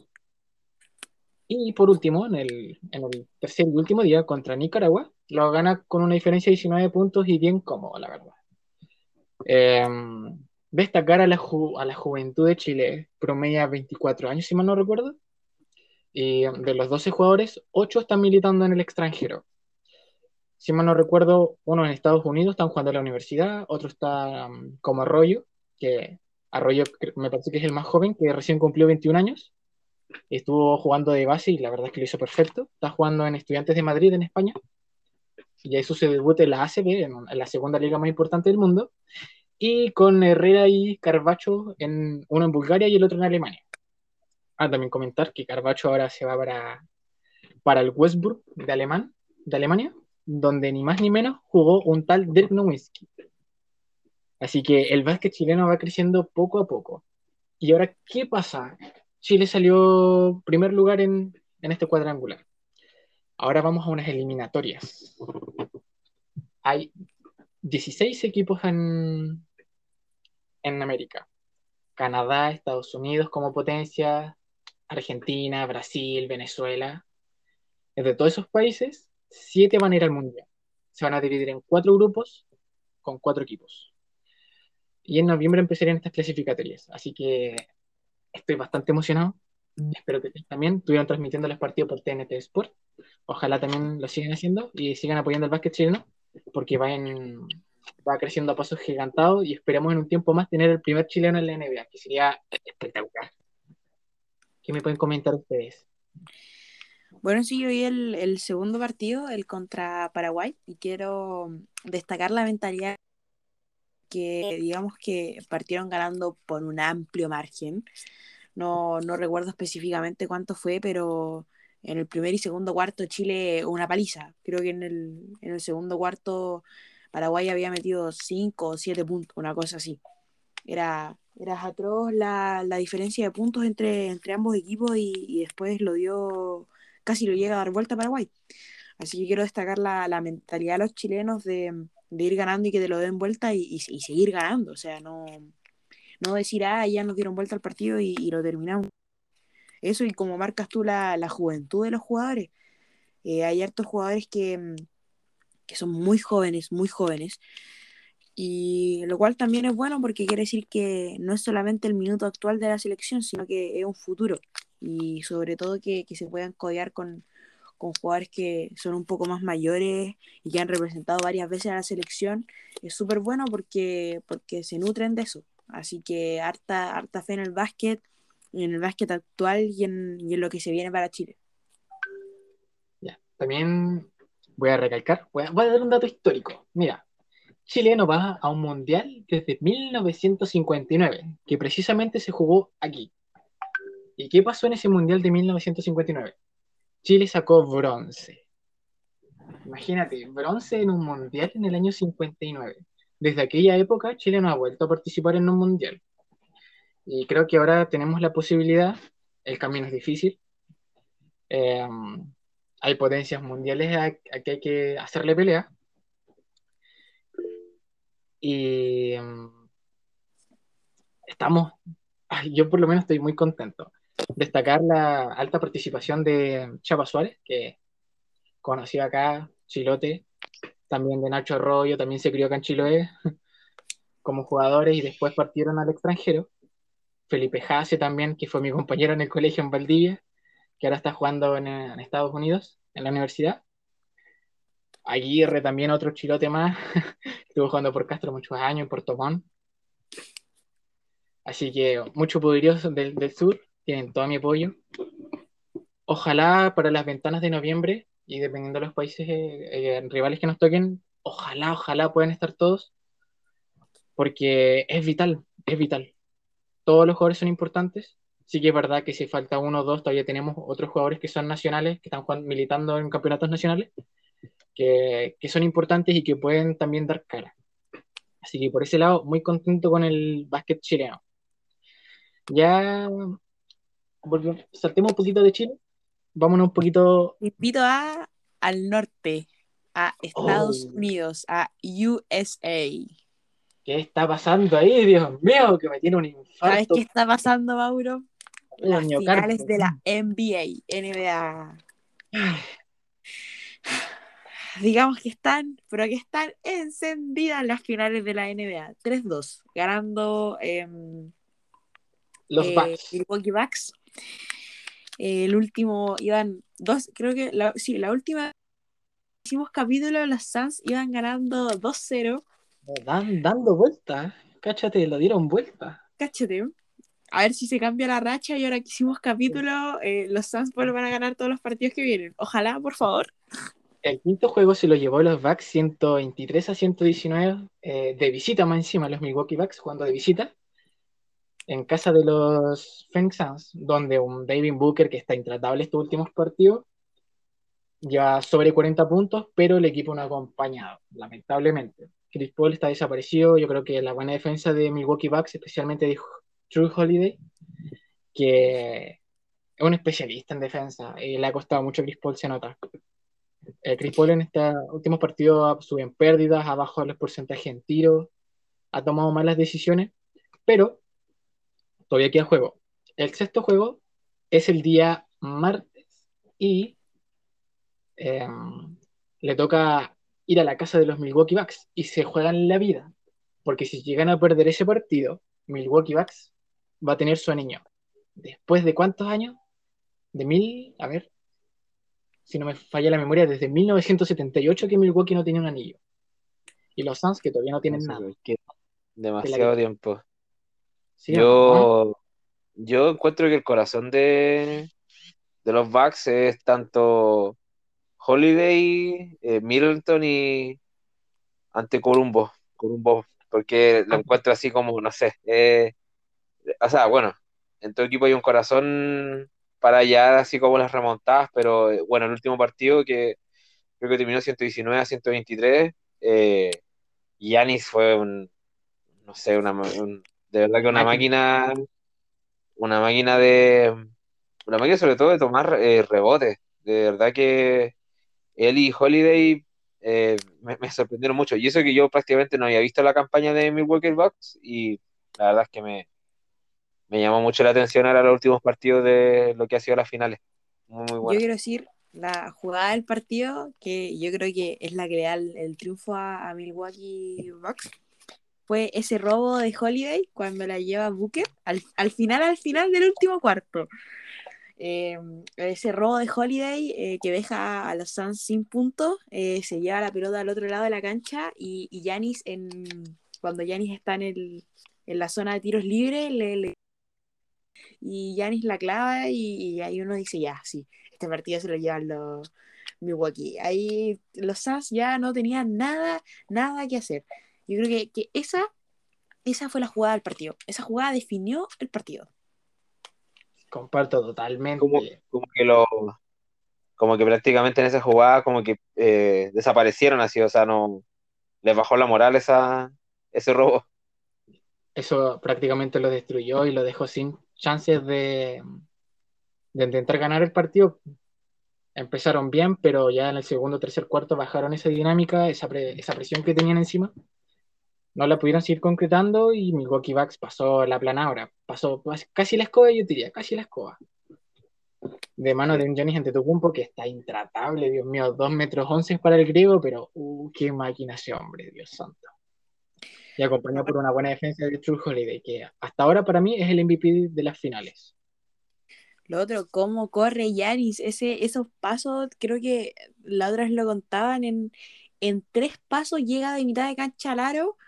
y por último, en el, en el tercer y último día contra Nicaragua, lo gana con una diferencia de diecinueve puntos y bien cómodo, la verdad. Eh, Destacar a la, ju- a la juventud de Chile, promedia veinticuatro años, si mal no recuerdo, y de los doce jugadores, ocho están militando en el extranjero. Si mal no recuerdo, uno en Estados Unidos están jugando a la universidad, otro está um, como Arroyo, que Arroyo me parece que es el más joven, que recién cumplió veintiún años, estuvo jugando de base y la verdad es que lo hizo perfecto. Está jugando en Estudiantes de Madrid, en España, y hizo su debut en la A C B, en, en la segunda liga más importante del mundo, y con Herrera y Carbacho, en, uno en Bulgaria y el otro en Alemania. Ah, también comentar que Carbacho ahora se va para, para el Westbrook de, Alemán, de Alemania, donde ni más ni menos jugó un tal Dirk Nowitzki. Así que el básquet chileno va creciendo poco a poco. ¿Y ahora qué pasa? Chile salió primer lugar en, en este cuadrangular. Ahora vamos a unas eliminatorias. Hay dieciséis equipos en, en América. Canadá, Estados Unidos como potencia, Argentina, Brasil, Venezuela. De todos esos países, siete van a ir al Mundial. Se van a dividir en cuatro grupos con cuatro equipos. Y en noviembre empezarían estas clasificatorias. Así que estoy bastante emocionado. Espero que ustedes también estuvieron transmitiendo los partidos por T N T Sport. Ojalá también lo sigan haciendo y sigan apoyando el básquet chileno, porque va, en, va creciendo a pasos gigantados y esperamos en un tiempo más tener el primer chileno en la N B A, que sería espectacular. ¿Qué me pueden comentar ustedes? Bueno, sí, yo vi el, el segundo partido, el contra Paraguay, y quiero destacar la mentalidad que digamos que partieron ganando por un amplio margen. No, no recuerdo específicamente cuánto fue, pero en el primer y segundo cuarto Chile una paliza. Creo que en el, en el segundo cuarto Paraguay había metido cinco o siete puntos, una cosa así. Era, era atroz la, la diferencia de puntos entre, entre ambos equipos y, y después lo dio, casi lo llega a dar vuelta a Paraguay. Así que quiero destacar la, la mentalidad de los chilenos de, de ir ganando y que te lo den vuelta y, y, y seguir ganando. O sea, no, no decir, ah, ya nos dieron vuelta al partido y, y lo terminamos. Eso, y como marcas tú la, la juventud de los jugadores. Eh, hay hartos jugadores que, que son muy jóvenes, muy jóvenes. Y lo cual también es bueno porque quiere decir que no es solamente el minuto actual de la selección, sino que es un futuro. Y sobre todo que, que se puedan codear con, con jugadores que son un poco más mayores y que han representado varias veces a la selección, es súper bueno porque, porque se nutren de eso. Así que harta, harta fe en el básquet, en el básquet actual y en, y en lo que se viene para Chile. Ya. También voy a recalcar, voy a, voy a dar un dato histórico. Mira, Chile no va a un mundial desde mil novecientos cincuenta y nueve, que precisamente se jugó aquí. ¿Y qué pasó en ese mundial de mil novecientos cincuenta y nueve? Chile sacó bronce. Imagínate, bronce en un mundial en el año cincuenta y nueve. Desde aquella época, Chile no ha vuelto a participar en un mundial. Y creo que ahora tenemos la posibilidad, el camino es difícil, eh, hay potencias mundiales a, a que hay que hacerle pelea. Y um, estamos, ay, yo por lo menos estoy muy contento. Destacar la alta participación de Chapa Suárez, que conocí acá, Chilote, también de Nacho Arroyo, también se crió acá en Chiloé como jugadores y después partieron al extranjero. Felipe Jase también, que fue mi compañero en el colegio en Valdivia, que ahora está jugando en, en Estados Unidos, en la universidad. Aguirre también, otro chilote más, estuvo jugando por Castro muchos años, en Puerto Montt. Así que muchos poderíos del, del sur tienen todo mi apoyo. Ojalá para las ventanas de noviembre, y dependiendo de los países eh, eh, rivales que nos toquen, ojalá, ojalá puedan estar todos, porque es vital, es vital. Todos los jugadores son importantes. Sí que es verdad que si falta uno o dos, todavía tenemos otros jugadores que son nacionales, que están jugando, militando en campeonatos nacionales, que, que son importantes y que pueden también dar cara. Así que por ese lado, muy contento con el básquet chileno. Ya volvemos, saltemos un poquito de Chile, vámonos un poquito. Te invito a, al norte, a Estados Oh, Unidos, a U S A. ¿qué está pasando ahí? Dios mío, que me tiene un ¿Sabes qué infarto. está pasando, Mauro? Un Las finales miocardio. de la N B A, N B A. Digamos que están, pero que están encendidas las finales de la N B A. tres dos, ganando eh, Los eh, Bucks. Milwaukee Bucks. Eh, el último, iban dos, creo que, la, sí, la última, hicimos capítulo, los Suns iban ganando dos cero. Dan, dando vueltas. Cáchate, lo dieron vuelta. Cáchate. A ver si se cambia la racha y ahora que hicimos capítulo, eh, los Suns vuelvan a ganar todos los partidos que vienen. Ojalá, por favor. El quinto juego se lo llevó los Bucks ciento veintitrés a ciento diecinueve, eh, de visita más encima, los Milwaukee Bucks jugando de visita en casa de los Phoenix Suns, donde un David Booker que está intratable estos últimos partidos, lleva sobre cuarenta puntos, pero el equipo no ha acompañado, lamentablemente. Chris Paul está desaparecido, yo creo que la buena defensa de Milwaukee Bucks, especialmente de Drew Holiday, que es un especialista en defensa, y le ha costado mucho a Chris Paul, se nota. Eh, Chris Paul en estos últimos partidos sube en pérdidas, ha bajado los porcentajes en tiros, ha tomado malas decisiones, Pero todavía queda juego. El sexto juego es el día martes y eh, le toca ir a la casa de los Milwaukee Bucks y se juegan la vida. Porque si llegan a perder ese partido, Milwaukee Bucks va a tener su anillo. ¿Después de cuántos años? De mil, a ver, si no me falla la memoria, desde mil novecientos setenta y ocho que Milwaukee no tiene un anillo. Y los Suns que todavía no No tienen sé, nada. es que ¿Te la demasiado crees? tiempo. ¿Sí o no? Yo, yo encuentro que el corazón de, de los Bucks es tanto Holiday, eh, Middleton y ante Columbo, Columbo, porque lo encuentro así como, no sé, eh, o sea, bueno, en todo equipo hay un corazón para allá, así como las remontadas, pero eh, bueno, el último partido que creo que terminó ciento diecinueve a ciento veintitrés, eh, Giannis fue un, no sé, una, ma- un- de verdad que una Máquina. máquina, una máquina de, una máquina sobre todo de tomar eh, rebotes, de verdad que él y Holiday eh, me, me sorprendieron mucho. Y eso que yo prácticamente no había visto la campaña de Milwaukee Bucks y la verdad es que me, me llamó mucho la atención ahora los últimos partidos de lo que ha sido las finales. Muy, muy Yo buena. quiero decir, la jugada del partido, que yo creo que es la que le da el, el triunfo a, a Milwaukee Bucks, fue ese robo de Holiday cuando la lleva Booker al, al final, al final del último cuarto. Eh, ese robo de Holiday eh, que deja a los Suns sin puntos, eh, se lleva la pelota al otro lado de la cancha y, y Giannis, en, cuando Giannis está en, el, en la zona de tiros libres, le, le, y Giannis la clava y, y ahí uno dice, ya, sí, este partido se lo llevan los Milwaukee. Ahí los Suns ya no tenían nada, nada que hacer. Yo creo que, que esa, esa fue la jugada del partido. Esa jugada definió el partido. Comparto Como, totalmente. como que lo, como que prácticamente en esa jugada como que eh, desaparecieron así, o sea, no les bajó la moral esa, ese robo. Eso prácticamente lo destruyó y lo dejó sin chances de, de intentar ganar el partido. Empezaron bien, pero ya en el segundo, tercer, cuarto bajaron esa dinámica, esa, pre- esa presión que tenían encima. No la pudieron seguir concretando y Milwaukee Bucks pasó la planadora. Pasó pas- casi la escoba, yo diría, casi la escoba. De mano Sí. de un Giannis Antetokounmpo que está intratable, Dios mío, dos metros once para el griego, pero uh, qué máquina ese hombre, Dios santo. Y acompañado por una buena defensa de True Holiday, que hasta ahora para mí es el M V P de las finales. Lo otro, cómo corre Yanis, ese, esos pasos, creo que la otra vez lo contaban, en, en tres pasos llega de mitad de cancha al aro,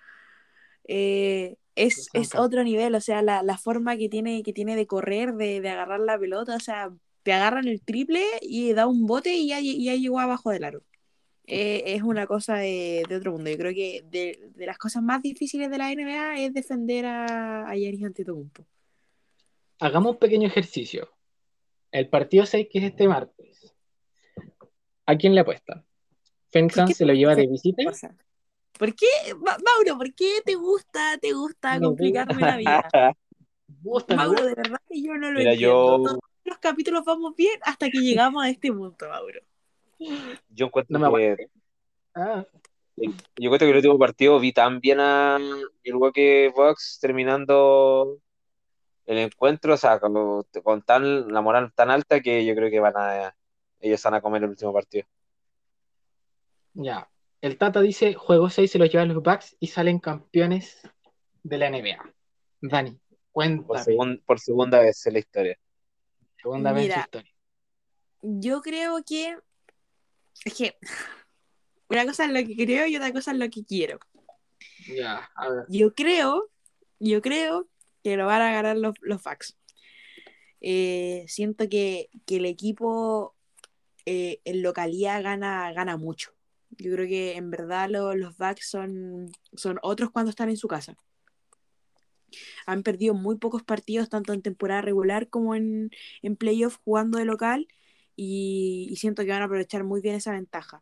eh, es, es Zanca. otro nivel, o sea, la, la forma que tiene, que tiene de correr, de, de agarrar la pelota, o sea, te agarran el triple y da un bote y ya, y ya llegó abajo del aro. Eh, es una cosa de, de otro mundo. Yo creo que de, de las cosas más difíciles de la N B A es defender a, a Giannis Antetokounmpo. Hagamos un pequeño ejercicio. El partido seis, que es este martes, ¿a quién le apuesta? Phoenix ¿Por qué Suns se te lo gusta lleva hacer de visita. cosas? ¿Por qué, Ma- Mauro, por qué te gusta, te gusta Me complicarme la vida? gusta, me Mauro, gusta. de verdad que yo no lo Mira, entiendo. yo, Todos los capítulos vamos bien hasta que llegamos a este punto, Mauro. yo encuentro No me que aguante. Ah, yo creo que el último partido vi tan bien a Milwaukee Bucks terminando el encuentro, o sea, como- con tan, la moral tan alta que yo creo que van a, ellos van a comer el último partido. ya. El Tata dice, juego seis se lo llevan los Bucks y salen campeones de la N B A. Dani, Por, cuéntame. segun- por segunda vez en la historia. Segunda vez en su Mira, historia. yo creo que es que una cosa es lo que creo y otra cosa es lo que quiero. Ya, a ver. Yo creo, yo creo que lo van a ganar los, los Bucks. Eh, siento que, que el equipo eh, en localidad gana, gana mucho. Yo creo que en verdad lo- los Bucks son, son otros cuando están en su casa. Han perdido muy pocos partidos, tanto en temporada regular como en, en playoff jugando de local, y, y siento que van a aprovechar muy bien esa ventaja.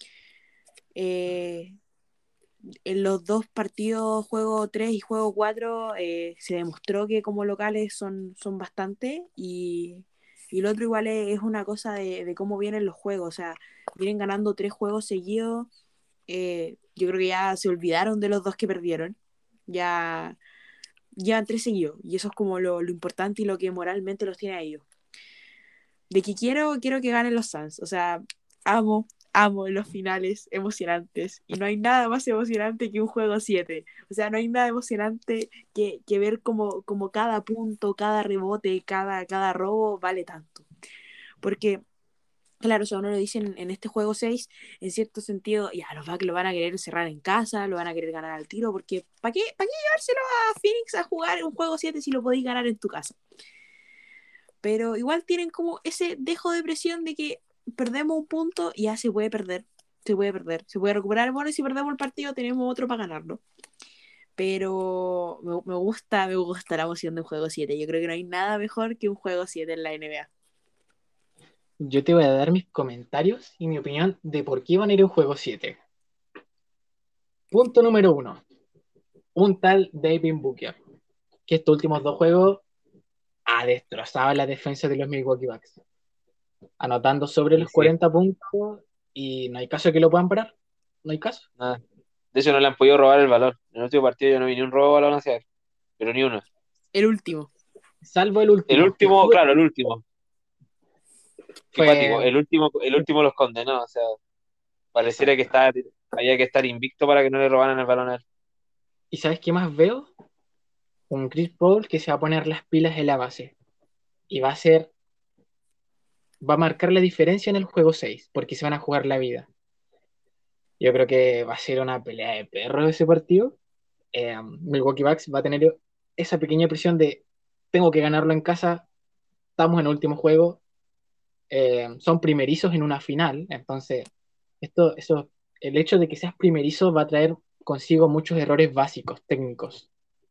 Eh, en los dos partidos, juego tres y juego cuatro, eh, se demostró que como locales son, son bastante, y, y lo otro igual es, es una cosa de, de cómo vienen los juegos, o sea, vienen ganando tres juegos seguidos, eh, yo creo que ya se olvidaron de los dos que perdieron, ya llevan tres seguidos, y eso es como lo, lo importante y lo que moralmente los tiene a ellos. De que quiero, quiero que ganen los Suns, o sea, amo, amo los finales emocionantes, y no hay nada más emocionante que un juego siete, o sea, no hay nada emocionante que, que ver como, como cada punto, cada rebote, cada, cada robo vale tanto, porque claro, o sea, uno lo dice en, en este juego seis en cierto sentido, ya, los Bucks lo van a querer cerrar en casa, lo van a querer ganar al tiro, porque ¿para qué, ¿para qué llevárselo a Phoenix a jugar un juego siete si lo podéis ganar en tu casa? Pero igual tienen como ese dejo de presión de que perdemos un punto y ya se puede perder, se puede perder, se puede recuperar, bueno, y si perdemos el partido tenemos otro para ganarlo. Pero me, me gusta, me gusta la emoción de un juego siete. Yo creo que no hay nada mejor que un juego siete en la N B A. Yo te voy a dar mis comentarios y mi opinión de por qué van a ir a un juego siete. Punto número uno. Un tal Devin Booker, que estos últimos dos juegos ha destrozado la defensa de los Milwaukee Bucks, anotando sobre Y los sí, cuarenta puntos y no hay caso que lo puedan parar. No hay caso. nada. De hecho, no le han podido robar el balón. En el último partido yo no vi ni un robo de balón hacia él, pero ni uno. El último. Salvo el El último, que último, fue, claro, el último. Qué fue cuático. El último, el último los condenó. O sea, pareciera que exacto. está, había que estar invicto para que no le robaran el balón a él. ¿Y sabes qué más veo? Un Chris Paul que se va a poner las pilas en la base y va a ser, va a marcar la diferencia en el juego seis porque se van a jugar la vida. Yo creo que va a ser una pelea de perros ese partido. Eh, Milwaukee Bucks va a tener esa pequeña presión de tengo que ganarlo en casa, estamos en el último juego, eh, son primerizos en una final, entonces esto, eso, el hecho de que seas primerizo va a traer consigo muchos errores básicos, técnicos.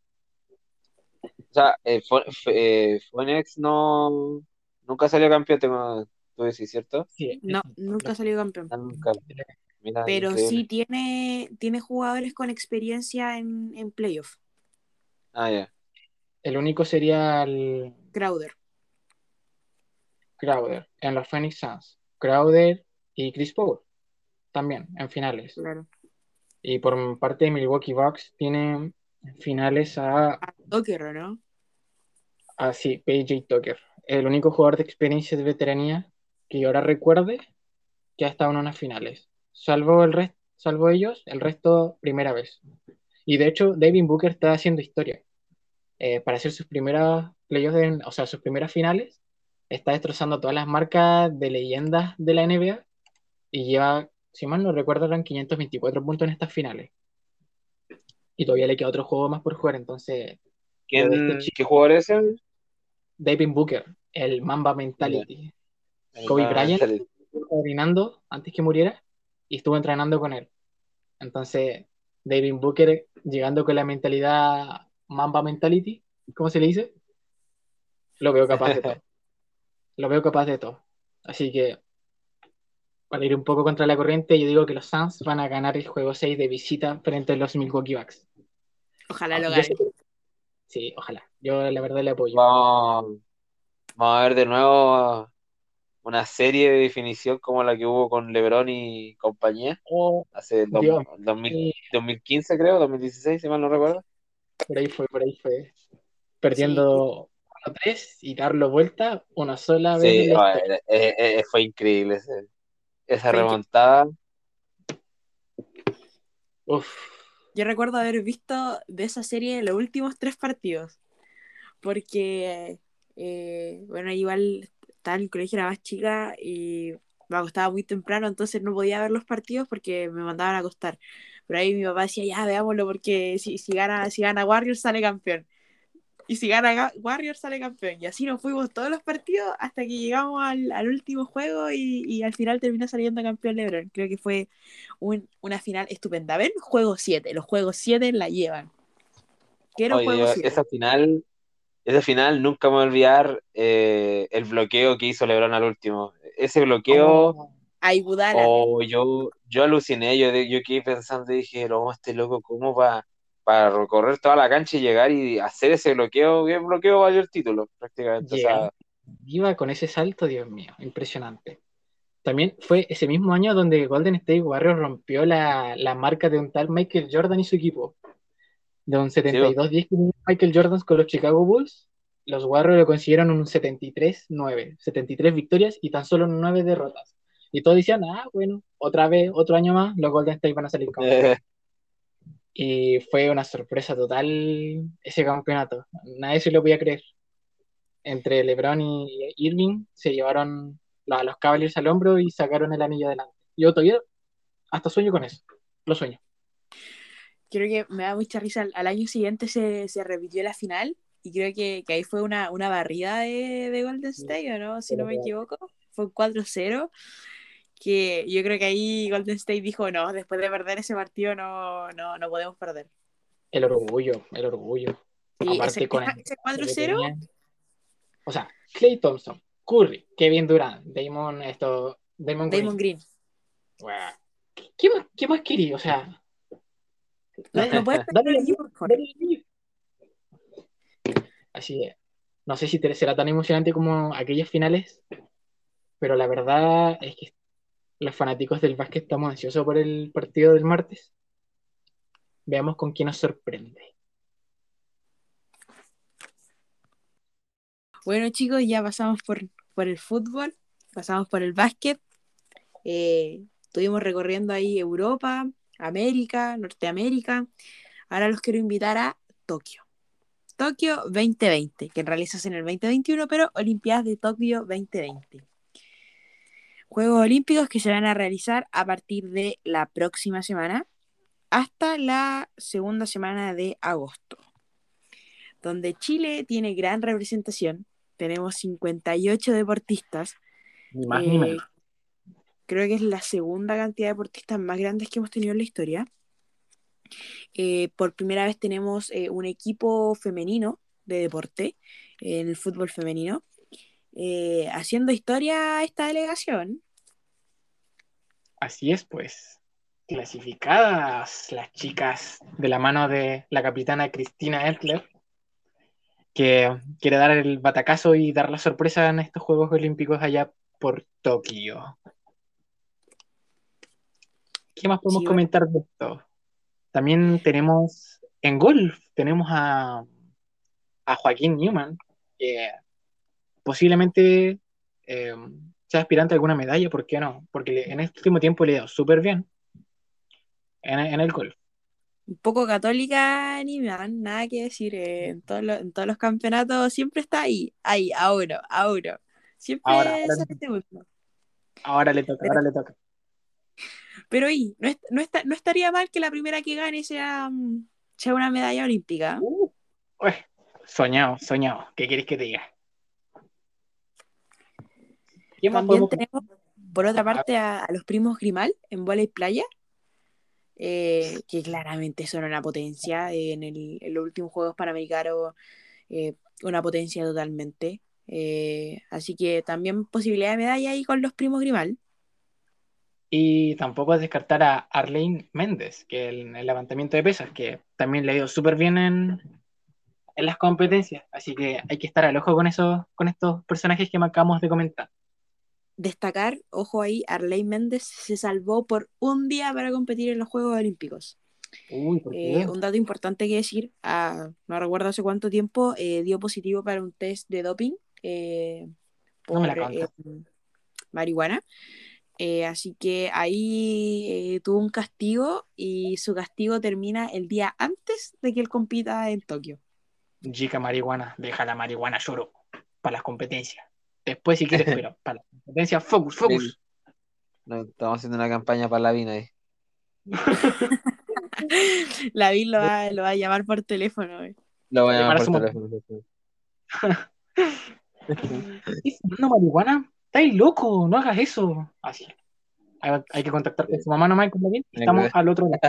O sea, eh, Fo- F- eh, Phoenix no, nunca salió campeón, tengo, tú decís, ¿cierto? Sí, No, eso, lo nunca que- salió campeón. Ah, nunca. Mira, Pero sí increíble. tiene, tiene jugadores con experiencia en, en playoff. Ah, ya. el único sería el Crowder, Crowder en los Phoenix Suns, Crowder y Chris Paul también en finales. claro. Y por parte de Milwaukee Bucks tienen finales a, A Tucker, ¿o no? a sí, P J Tucker, el único jugador de experiencia de veteranía que yo ahora recuerde que ha estado en unas finales. Salvo el resto, salvo ellos, el resto primera vez. Y de hecho, Devin Booker está haciendo historia. Eh, para hacer sus primeras playoffs, en- o sea, sus primeras finales, está destrozando todas las marcas de leyendas de la N B A y lleva, si mal no recuerdo, eran quinientos veinticuatro puntos en estas finales. Y todavía le queda otro juego más por jugar, entonces lo de este ¿Quién, chico, qué jugador es ese? Devin Booker, el Mamba Ya, Mentality. el Kobe Mamba Bryant Mentality. estuvo coordinando antes que muriera y estuvo entrenando con él. Entonces, Devin Booker llegando con la mentalidad Mamba Mentality, ¿cómo se le dice? Lo veo capaz de todo. Lo veo capaz de todo. Así que, para ir un poco contra la corriente, yo digo que los Suns van a ganar el juego seis de visita frente a los Milwaukee Bucks. Ojalá Ah, lo yo sé ganen. que- sí, ojalá. Yo la verdad le apoyo. Vamos, vamos a ver de nuevo una serie de definición como la que hubo con LeBron y compañía Oh, hace dos- Dios, dos mil sí, dos mil quince creo, dos mil dieciséis si mal no recuerdo. por ahí fue, por ahí fue. Sí, Perdiendo uno tres y darlo vuelta una sola vez Sí, en la oh, historia. eh, eh, eh, fue increíble ese- esa fue increíble. remontada. Uf, Yo recuerdo haber visto de esa serie los últimos tres partidos, porque, eh, bueno, igual estaba en el colegio, era más chica y me acostaba muy temprano, entonces no podía ver los partidos porque me mandaban a acostar. Pero ahí mi papá decía, ya, veámoslo, porque si, si gana, si gana Warriors sale campeón. Y si gana Ga- Warriors sale campeón. Y así nos fuimos todos los partidos hasta que llegamos al, al último juego y, y al final terminó saliendo campeón LeBron. Creo que fue un- una final estupenda. Ven, juego siete. Los juegos siete la llevan. Quiero Oye, juego yo siete. esa final, esa final nunca me voy a olvidar eh, el bloqueo que hizo LeBron al último. Ese bloqueo, oh, A Iguodala. o yo, yo aluciné, yo, de- yo quedé pensando y dije, no, este loco, ¿cómo va para recorrer toda la cancha y llegar y hacer ese bloqueo? ¿Qué bloqueo valió el título prácticamente? O llegar sea, viva con ese salto, Dios mío, impresionante. También fue ese mismo año donde Golden State Warriors rompió la, la marca de un tal Michael Jordan y su equipo. De un Sí, setenta y dos diez que tenía Michael Jordan con los Chicago Bulls, los Warriors lo consiguieron un setenta y tres nueve, setenta y tres victorias y tan solo nueve derrotas. Y todos decían, ah, bueno, otra vez, otro año más, los Golden State van a salir campeones. eh, Y fue una sorpresa total ese campeonato. Nadie se lo podía creer. Entre LeBron y Irving se llevaron la- los Cavaliers al hombro y sacaron el anillo adelante. Yo todavía hasta sueño con eso. Lo sueño. Creo que me da mucha risa. Al, al año siguiente se, se repitió la final y creo que, que ahí fue una, una barrida de, de Golden State, ¿o no? Si no me equivoco. Fue cuatro cero, que yo creo que ahí Golden State dijo, no, después de perder ese partido no, no, no podemos perder. El orgullo, el orgullo. Sí, ese, Aparte con el ese que cuatro cero, tenían. O sea, Klay Thompson, Curry, Kevin Durant, Damon, esto, Damon Damon Green. Green. Weá. ¿Qué, qué más, qué más quería? O sea, No, no dale, puede tener dale un la mía, equipo mejor. dale la mía. Así es. No sé si te- será tan emocionante como aquellas finales, pero la verdad es que los fanáticos del básquet estamos ansiosos por el partido del martes. Veamos con quién nos sorprende. Bueno, chicos, ya pasamos por, por el fútbol, pasamos por el básquet, eh, estuvimos recorriendo ahí Europa, América, Norteamérica. Ahora los quiero invitar a Tokio. Tokio veinte veinte, que en realidad se hace en el veinte veintiuno, pero Olimpiadas de Tokio veinte veinte. Juegos Olímpicos que se van a realizar a partir de la próxima semana hasta la segunda semana de agosto, donde Chile tiene gran representación. Tenemos cincuenta y ocho deportistas. Ni más ni Eh, menos. Creo que es la segunda cantidad de deportistas más grandes que hemos tenido en la historia. Eh, por primera vez tenemos eh, un equipo femenino de deporte eh, en el fútbol femenino, eh, haciendo historia esta delegación. Así es, pues. Clasificadas las chicas de la mano de la capitana Cristina Ertler, que quiere dar el batacazo y dar la sorpresa en estos Juegos Olímpicos allá por Tokio. ¿Qué más podemos Sí, bueno, comentar de esto? También tenemos en golf, tenemos a, a Joaquín Newman, que posiblemente eh, sea aspirante a alguna medalla, ¿por qué no? Porque le- en este último tiempo le ha ido súper bien en, en el golf. un poco católica ni man, nada que decir. Eh, en, todos los, en todos los campeonatos siempre está ahí, ahí, a uno, a uno. Ahora, Siempre ahora, sale este último. ahora le toca, Pero, ahora le toca. pero y, no, es- no, está, no estaría mal que la primera que gane sea, mm, sea una medalla olímpica. Uh, ué, soñado, soñado. ¿Qué quieres que te diga? ¿Qué más También podemos tenemos, por otra comentar? parte, a, a los primos Grimal en vóley playa, eh, que claramente son una potencia. Eh, en, el, en los últimos Juegos Panamericanos, eh, una potencia totalmente. Eh, así que también posibilidad de medalla ahí con los primos Grimal. Y tampoco descartar a Arlene Méndez, que el, el levantamiento de pesas, que también le ha ido súper bien en, en las competencias. Así que hay que estar al ojo con esos, con estos personajes que me acabamos de comentar. Destacar, ojo ahí, Arley Méndez se salvó por un día para competir en los Juegos Olímpicos. Uy, ¿por Eh, qué? un dato importante que decir, ah, no recuerdo hace cuánto tiempo, eh, dio positivo para un test de doping eh, No me la por eh, contas. marihuana. Eh, así que ahí eh, tuvo un castigo y su castigo termina el día antes de que él compita en Tokio. Chica marihuana, deja la marihuana lloro para las competencias. Después si quieres, pero para las competencias, focus, sí, focus. no, estamos haciendo una campaña para la Vina ahí. La Vi lo va, lo va a llamar por teléfono. eh. Lo voy a llamar Llamar a por su mamá. teléfono. ¿Estás fumando marihuana? ¿Estás loco? No hagas eso. Así. Hay, hay que contactar con su mamá nomás y con David. Estamos al otro lado.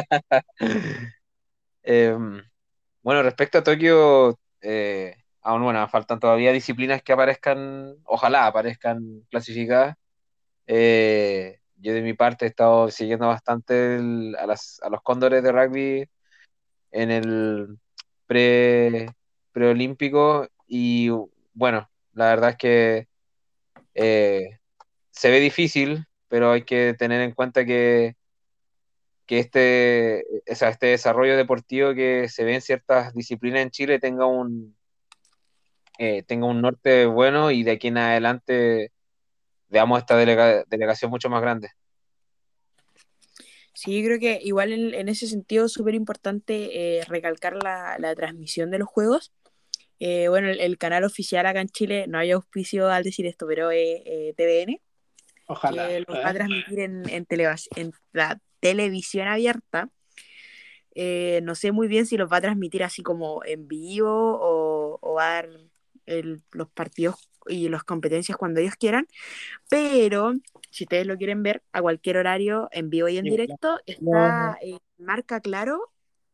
Em, bueno, respecto a Tokio, eh, aún bueno, faltan todavía disciplinas que aparezcan, ojalá aparezcan clasificadas. Eh, yo de mi parte he estado siguiendo bastante el- a, las, a los cóndores de rugby en el pre, preolímpico y bueno, la verdad es que eh, se ve difícil, pero hay que tener en cuenta que que este, o sea, este desarrollo deportivo que se ve en ciertas disciplinas en Chile tenga un, eh, tenga un norte bueno y de aquí en adelante veamos esta delega- delegación mucho más grande. Sí, yo creo que igual en, en ese sentido es súper importante eh, recalcar la, la transmisión de los juegos. Eh, bueno, el, el canal oficial acá en Chile, no hay auspicio al decir esto, pero es eh, T V N, Ojalá. que los va a ¿Eh? transmitir en, en, televas- en la televisión abierta. Eh, no sé muy bien si los va a transmitir así como en vivo o, o va a dar el- los partidos y las competencias cuando ellos quieran, pero si ustedes lo quieren ver a cualquier horario, en vivo y en Igual, directo, no. está eh, Marca Claro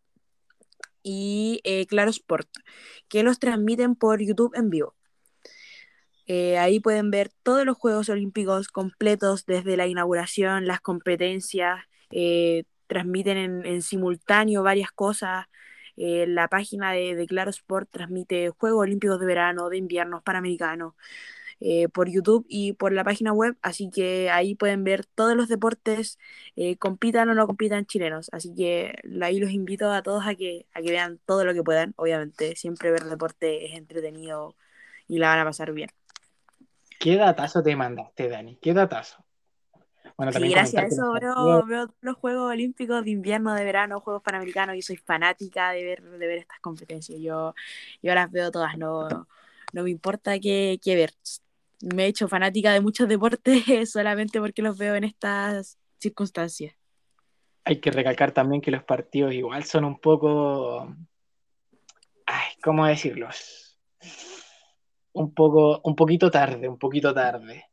y eh, Claro Sport, que los transmiten por YouTube en vivo. Eh, ahí pueden ver todos los Juegos Olímpicos completos desde la inauguración, las competencias, eh, transmiten en, en simultáneo varias cosas. Eh, la página de, de Claro Sport transmite Juegos Olímpicos de verano, de invierno, panamericanos, eh, por YouTube y por la página web, así que ahí pueden ver todos los deportes, eh, compitan o no compitan chilenos, así que ahí los invito a todos a que, a que vean todo lo que puedan, obviamente, siempre ver deporte es entretenido y la van a pasar bien. ¿Qué datazo te mandaste, Dani? ¿Qué datazo? Bueno, Sí, también gracias comentar a que los eso partidos, veo, veo los Juegos Olímpicos de invierno, de verano, Juegos Panamericanos, y soy fanática de ver, de ver estas competencias. Yo, yo las veo todas, no, no me importa qué, qué ver. Me he hecho fanática de muchos deportes solamente porque los veo en estas circunstancias. hay que recalcar también que los partidos igual son un poco, ay, ¿cómo decirlos? Un poco, un poquito tarde, un poquito tarde.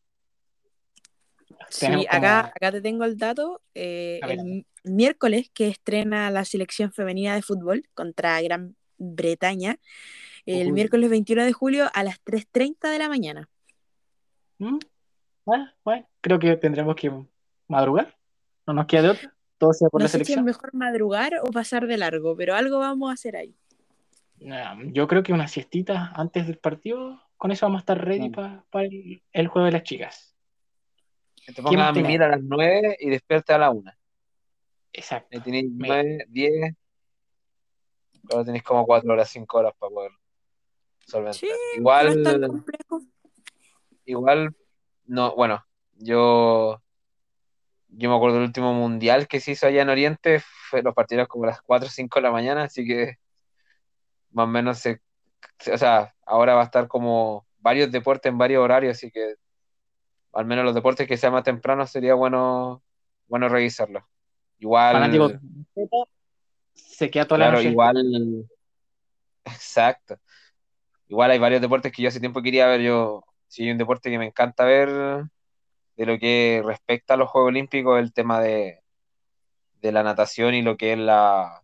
Sí, Tenemos acá, como, acá te tengo el dato. Eh, a ver, a ver. el miércoles que estrena la selección femenina de fútbol contra Gran Bretaña, el Uy. miércoles veintiuno de julio a las tres treinta de la mañana. ¿Mm? Bueno, bueno, creo que tendremos que madrugar, no nos queda de otra, todo sea por No la sé si es selección. mejor madrugar o pasar de largo, pero algo vamos a hacer ahí. Nah, yo creo que una siestita antes del partido, con eso vamos a estar ready Mm. para el, el juego de las chicas. Que te ¿Qué pongas más a mimir tenemos? a las nueve y despierta a la una. Exacto. Ahí tenéis Mira, nueve, diez, ahora tenéis como cuatro horas, cinco horas para poder Sí, solventar. que no es tan Igual, complejo. igual, no, bueno, yo, yo me acuerdo del último mundial que se hizo allá en Oriente, fue los partidos como a las cuatro o cinco de la mañana, así que más o menos se, se- o sea, ahora va a estar como varios deportes en varios horarios, así que al menos los deportes que sean más tempranos sería bueno, bueno revisarlos. fanático Igual, se queda toda la claro, noche despierto. igual, exacto. Igual hay varios deportes que yo hace tiempo quería ver. Yo, sí, hay un deporte que me encanta ver de lo que respecta a los Juegos Olímpicos, el tema de, de la natación y lo que es la,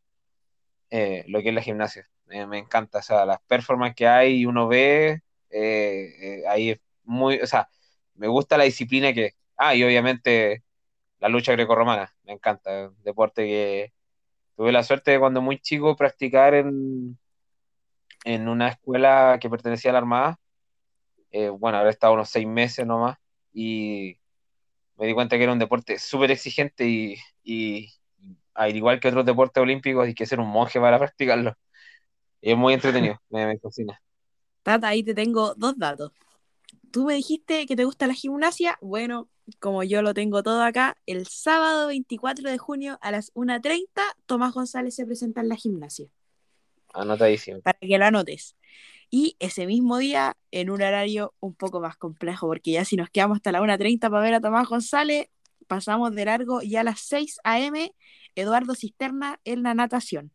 eh, lo que es la gimnasia. Me, me encanta, o sea, las performances que hay y uno ve, eh, eh, ahí es muy, o sea, me gusta la disciplina que, ah, y obviamente la lucha grecorromana, me encanta, un deporte que tuve la suerte de cuando muy chico practicar en, en una escuela que pertenecía a la Armada. Eh, bueno, habré estado unos seis meses nomás y me di cuenta que era un deporte súper exigente y, y al igual que otros deportes olímpicos hay que ser un monje para practicarlo. Y es muy entretenido, me, me fascina. Tata, ahí te tengo dos datos. Tú me dijiste que te gusta la gimnasia. Bueno, como yo lo tengo todo acá, el sábado veinticuatro de junio a las una treinta, Tomás González se presenta en la gimnasia, Anotadísimo. para que lo anotes. Y ese mismo día, en un horario un poco más complejo, porque ya si nos quedamos hasta la una treinta para ver a Tomás González, pasamos de largo y a las seis a m, Eduardo Cisterna en la natación.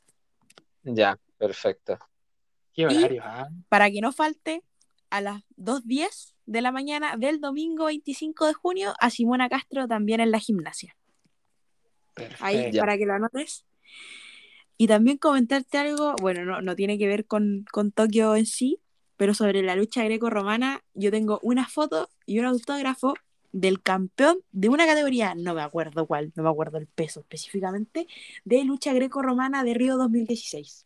Ya, perfecto. Qué Y horario, ¿ah? para que no falte, a las dos diez de la mañana del domingo veinticinco de junio, a Simona Castro también en la gimnasia. Ahí, Ya. Perfecto. para que lo anotes. Y también comentarte algo, bueno, no, no tiene que ver con, con Tokio en sí, pero sobre la lucha greco-romana, yo tengo una foto y un autógrafo del campeón de una categoría, no me acuerdo cuál, no me acuerdo el peso específicamente, de lucha greco-romana de Río dos mil dieciséis.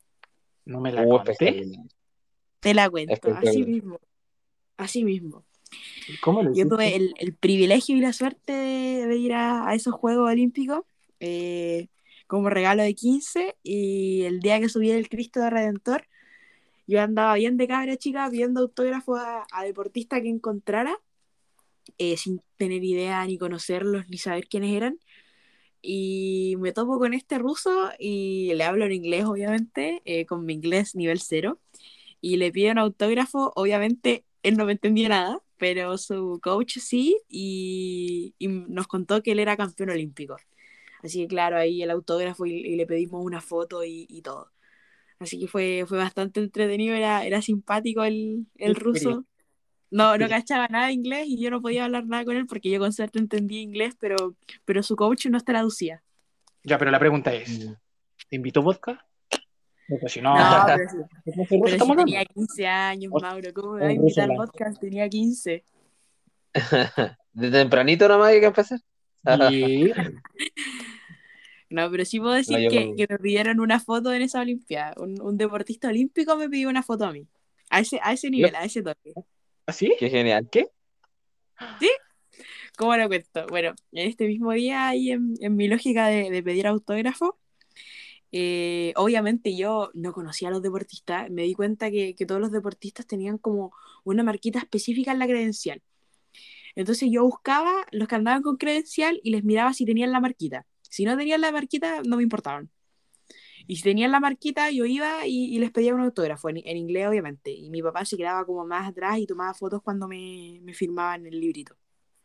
No me la Uh, conté. espectacular. Te la cuento, así Espectacular. mismo, así mismo. ¿Cómo lo Yo tuve hiciste? el, el privilegio y la suerte de, de ir a, a esos Juegos Olímpicos eh, como regalo de quince y el día que subí el Cristo de Redentor, yo andaba bien de cabra chica pidiendo autógrafos a, a deportistas que encontrara, eh, sin tener idea ni conocerlos ni saber quiénes eran. Y me topo con este ruso y le hablo en inglés, obviamente, eh, con mi inglés nivel cero. Y le pido un autógrafo, obviamente él no me entendía nada, pero su coach sí, y, y nos contó que él era campeón olímpico. Así que claro, ahí el autógrafo y, y le pedimos una foto y, y todo. Así que fue, fue bastante entretenido, era, era simpático el, Qué el experiencia, ruso. qué No, no experiencia. cachaba nada de inglés y yo no podía hablar nada con él porque yo con suerte entendía inglés, pero, pero su coach nos traducía. Ya, pero la pregunta es, Mm. ¿te invitó vodka? Porque si no, No, pero sí, ¿qué clase de ruso pero sí estamos tenía hablando? quince años, O- Mauro. ¿Cómo me va a Un ruso invitar blanco. vodka? Tenía quince. De tempranito nomás hay que empezar. Y No, pero sí puedo No, decir que, yo, que me pidieron una foto en esa Olimpiada. Un, un deportista olímpico me pidió una foto a mí. A ese, a ese yo, nivel, a ese toque. ¿así? qué genial. ¿Qué? ¿Sí? ¿Cómo lo cuento? Bueno, en este mismo día, ahí en, en mi lógica de, de pedir autógrafo, eh, obviamente yo no conocía a los deportistas. Me di cuenta que, que todos los deportistas tenían como una marquita específica en la credencial. Entonces yo buscaba los que andaban con credencial y les miraba si tenían la marquita. Si no tenían la marquita, no me importaban. Y si tenían la marquita, yo iba y, y les pedía un autógrafo, en, en inglés obviamente. Y mi papá se quedaba como más atrás y tomaba fotos cuando me, me firmaban el librito.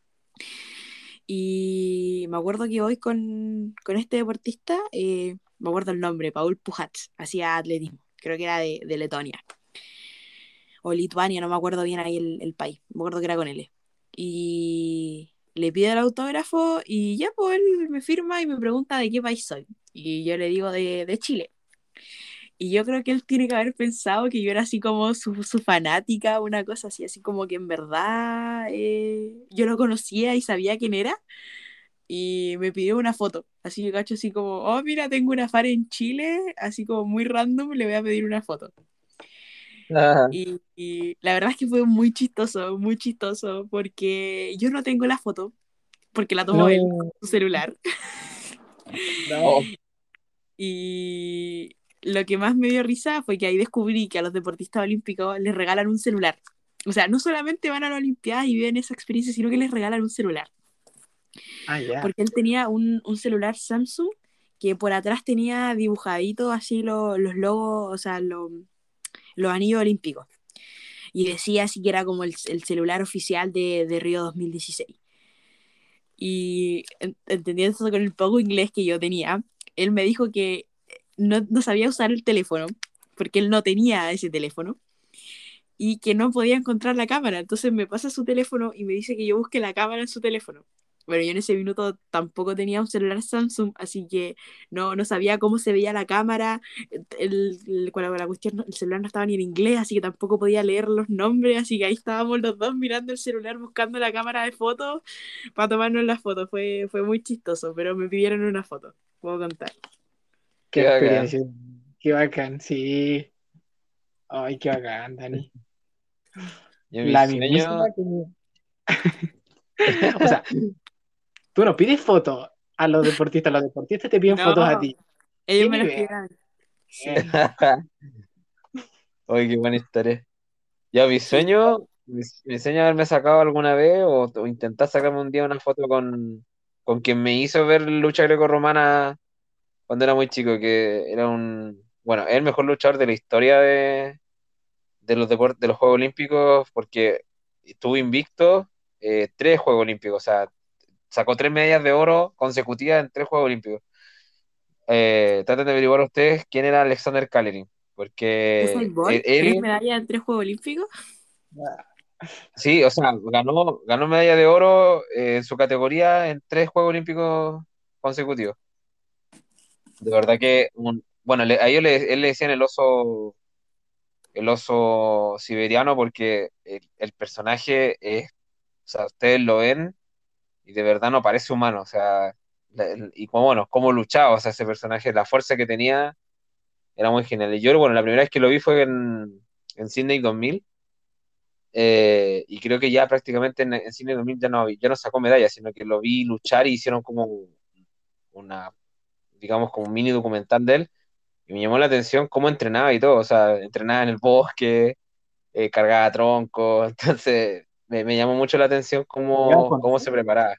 Y me acuerdo que hoy con, con este deportista, eh, me acuerdo el nombre, Paul Pujats, hacía atletismo, creo que era de, de Letonia, o Lituania, no me acuerdo bien ahí el, el país, me acuerdo que era con él. Y le pido el autógrafo y ya pues él me firma y me pregunta de qué país soy. Y yo le digo de, de Chile. Y yo creo que él tiene que haber pensado que yo era así como su, su fanática, una cosa así, así como que en verdad eh, yo lo conocía y sabía quién era. Y me pidió una foto. Así que cacho, así como, oh, mira, tengo una Fara en Chile, así como muy random, le voy a pedir una foto. Ajá. Y, y la verdad es que fue muy chistoso, muy chistoso, porque yo no tengo la foto, porque la tomó él con No, su celular. no. Y lo que más me dio risa fue que ahí descubrí que a los deportistas olímpicos les regalan un celular. O sea, no solamente van a la Olimpiada y viven esa experiencia, sino que les regalan un celular. Ah, ya. Porque él tenía un, un celular Samsung que por atrás tenía dibujaditos así lo- los logos, o sea, lo- los anillos olímpicos. Y decía así que era como el, el celular oficial de, de Río dos mil dieciséis. Y en- entendiendo eso con el poco inglés que yo tenía, él me dijo que no, no sabía usar el teléfono, porque él no tenía ese teléfono, y que no podía encontrar la cámara. Entonces me pasa su teléfono y me dice que yo busque la cámara en su teléfono. Bueno, yo en ese minuto tampoco tenía un celular Samsung, así que no, no sabía cómo se veía la cámara. El, el, con la, la cuestión, no- el celular no estaba ni en inglés, así que tampoco podía leer los nombres. Así que ahí estábamos los dos mirando el celular, buscando la cámara de fotos para tomarnos las fotos. Fue, fue muy chistoso, pero me pidieron una foto. Puedo contar. Qué Qué bacán. experiencia. Qué bacán, sí. Ay, qué bacán, Dani. Yo mi La mismísima sueño, que... O sea, tú no pides fotos a los deportistas, los deportistas te piden fotos a No, ti. ellos ¿Qué me las nivel? pidieron. Sí. oye, qué buena historia. Yo mi Sí. sueño, mi, mi sueño haberme sacado alguna vez o, o intentar sacarme un día una foto con, con quien me hizo ver lucha grecorromana cuando era muy chico, que era un, bueno, el mejor luchador de la historia de, de los deportes, de los Juegos Olímpicos, porque estuvo invicto eh, tres Juegos Olímpicos, o sea, sacó tres medallas de oro consecutivas en tres Juegos Olímpicos. Eh, traten de averiguar ustedes quién era Alexander Kalerin, porque Usain él, Bolt, tres él medallas en tres Juegos Olímpicos. sí, o sea, ganó, ganó medalla de oro eh, en su categoría en tres Juegos Olímpicos consecutivos. De verdad que, un- bueno, le- a ellos le, él le decían el oso, el oso siberiano porque el, el personaje es, o sea, ustedes lo ven y de verdad no parece humano, o sea, la- el- y como, bueno, cómo luchaba, o sea, ese personaje, la fuerza que tenía era muy genial. Y yo, bueno, la primera vez que lo vi fue en, en Sydney dos mil eh, y creo que ya prácticamente en, en Cine dos mil ya no, ya no sacó medallas, sino que lo vi luchar y hicieron como un- una, digamos, como un mini documental de él, y me llamó la atención cómo entrenaba y todo, o sea, entrenaba en el bosque, eh, cargaba troncos, entonces me, me llamó mucho la atención Peleaba cómo, con cómo oso. se preparaba.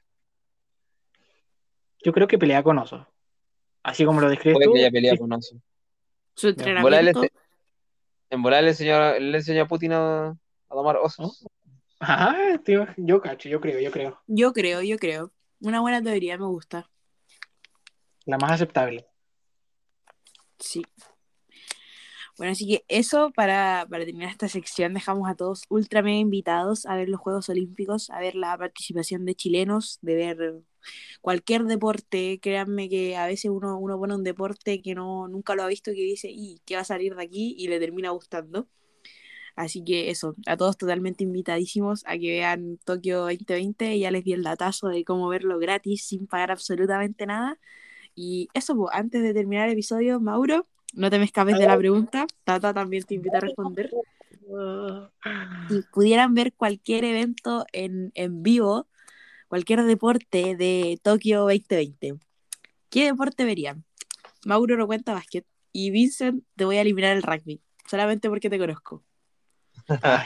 Yo creo que pelea con osos. Así como lo describes Puede que haya tú, peleado sí. con oso. Su Ya. En volar, él, entrenamiento, ense- en volar le enseñó, le enseñó a Putin a, a domar Oh. osos. Ajá, tío, yo cacho, yo creo, yo creo. yo creo, yo creo. Una buena teoría, me gusta. La más aceptable. Sí. Bueno, así que eso para, para terminar esta sección, dejamos a todos ultra mega invitados a ver los Juegos Olímpicos, a ver la participación de chilenos, de ver cualquier deporte. Créanme que a veces uno, uno pone un deporte que no, nunca lo ha visto, que dice, y que va a salir de aquí y le termina gustando. Así que eso, a todos totalmente invitadísimos a que vean Tokio veinte veinte. Ya les di el datazo de cómo verlo gratis sin pagar absolutamente nada. Y eso, pues, antes de terminar el episodio, Mauro, no te me escapes de la pregunta. Tata también te invita a responder. Si pudieran ver cualquier evento en, en vivo, cualquier deporte de Tokio veinte veinte, ¿qué deporte verían? Mauro no cuenta básquet y Vincent te voy a eliminar el rugby, solamente porque te conozco. Ay,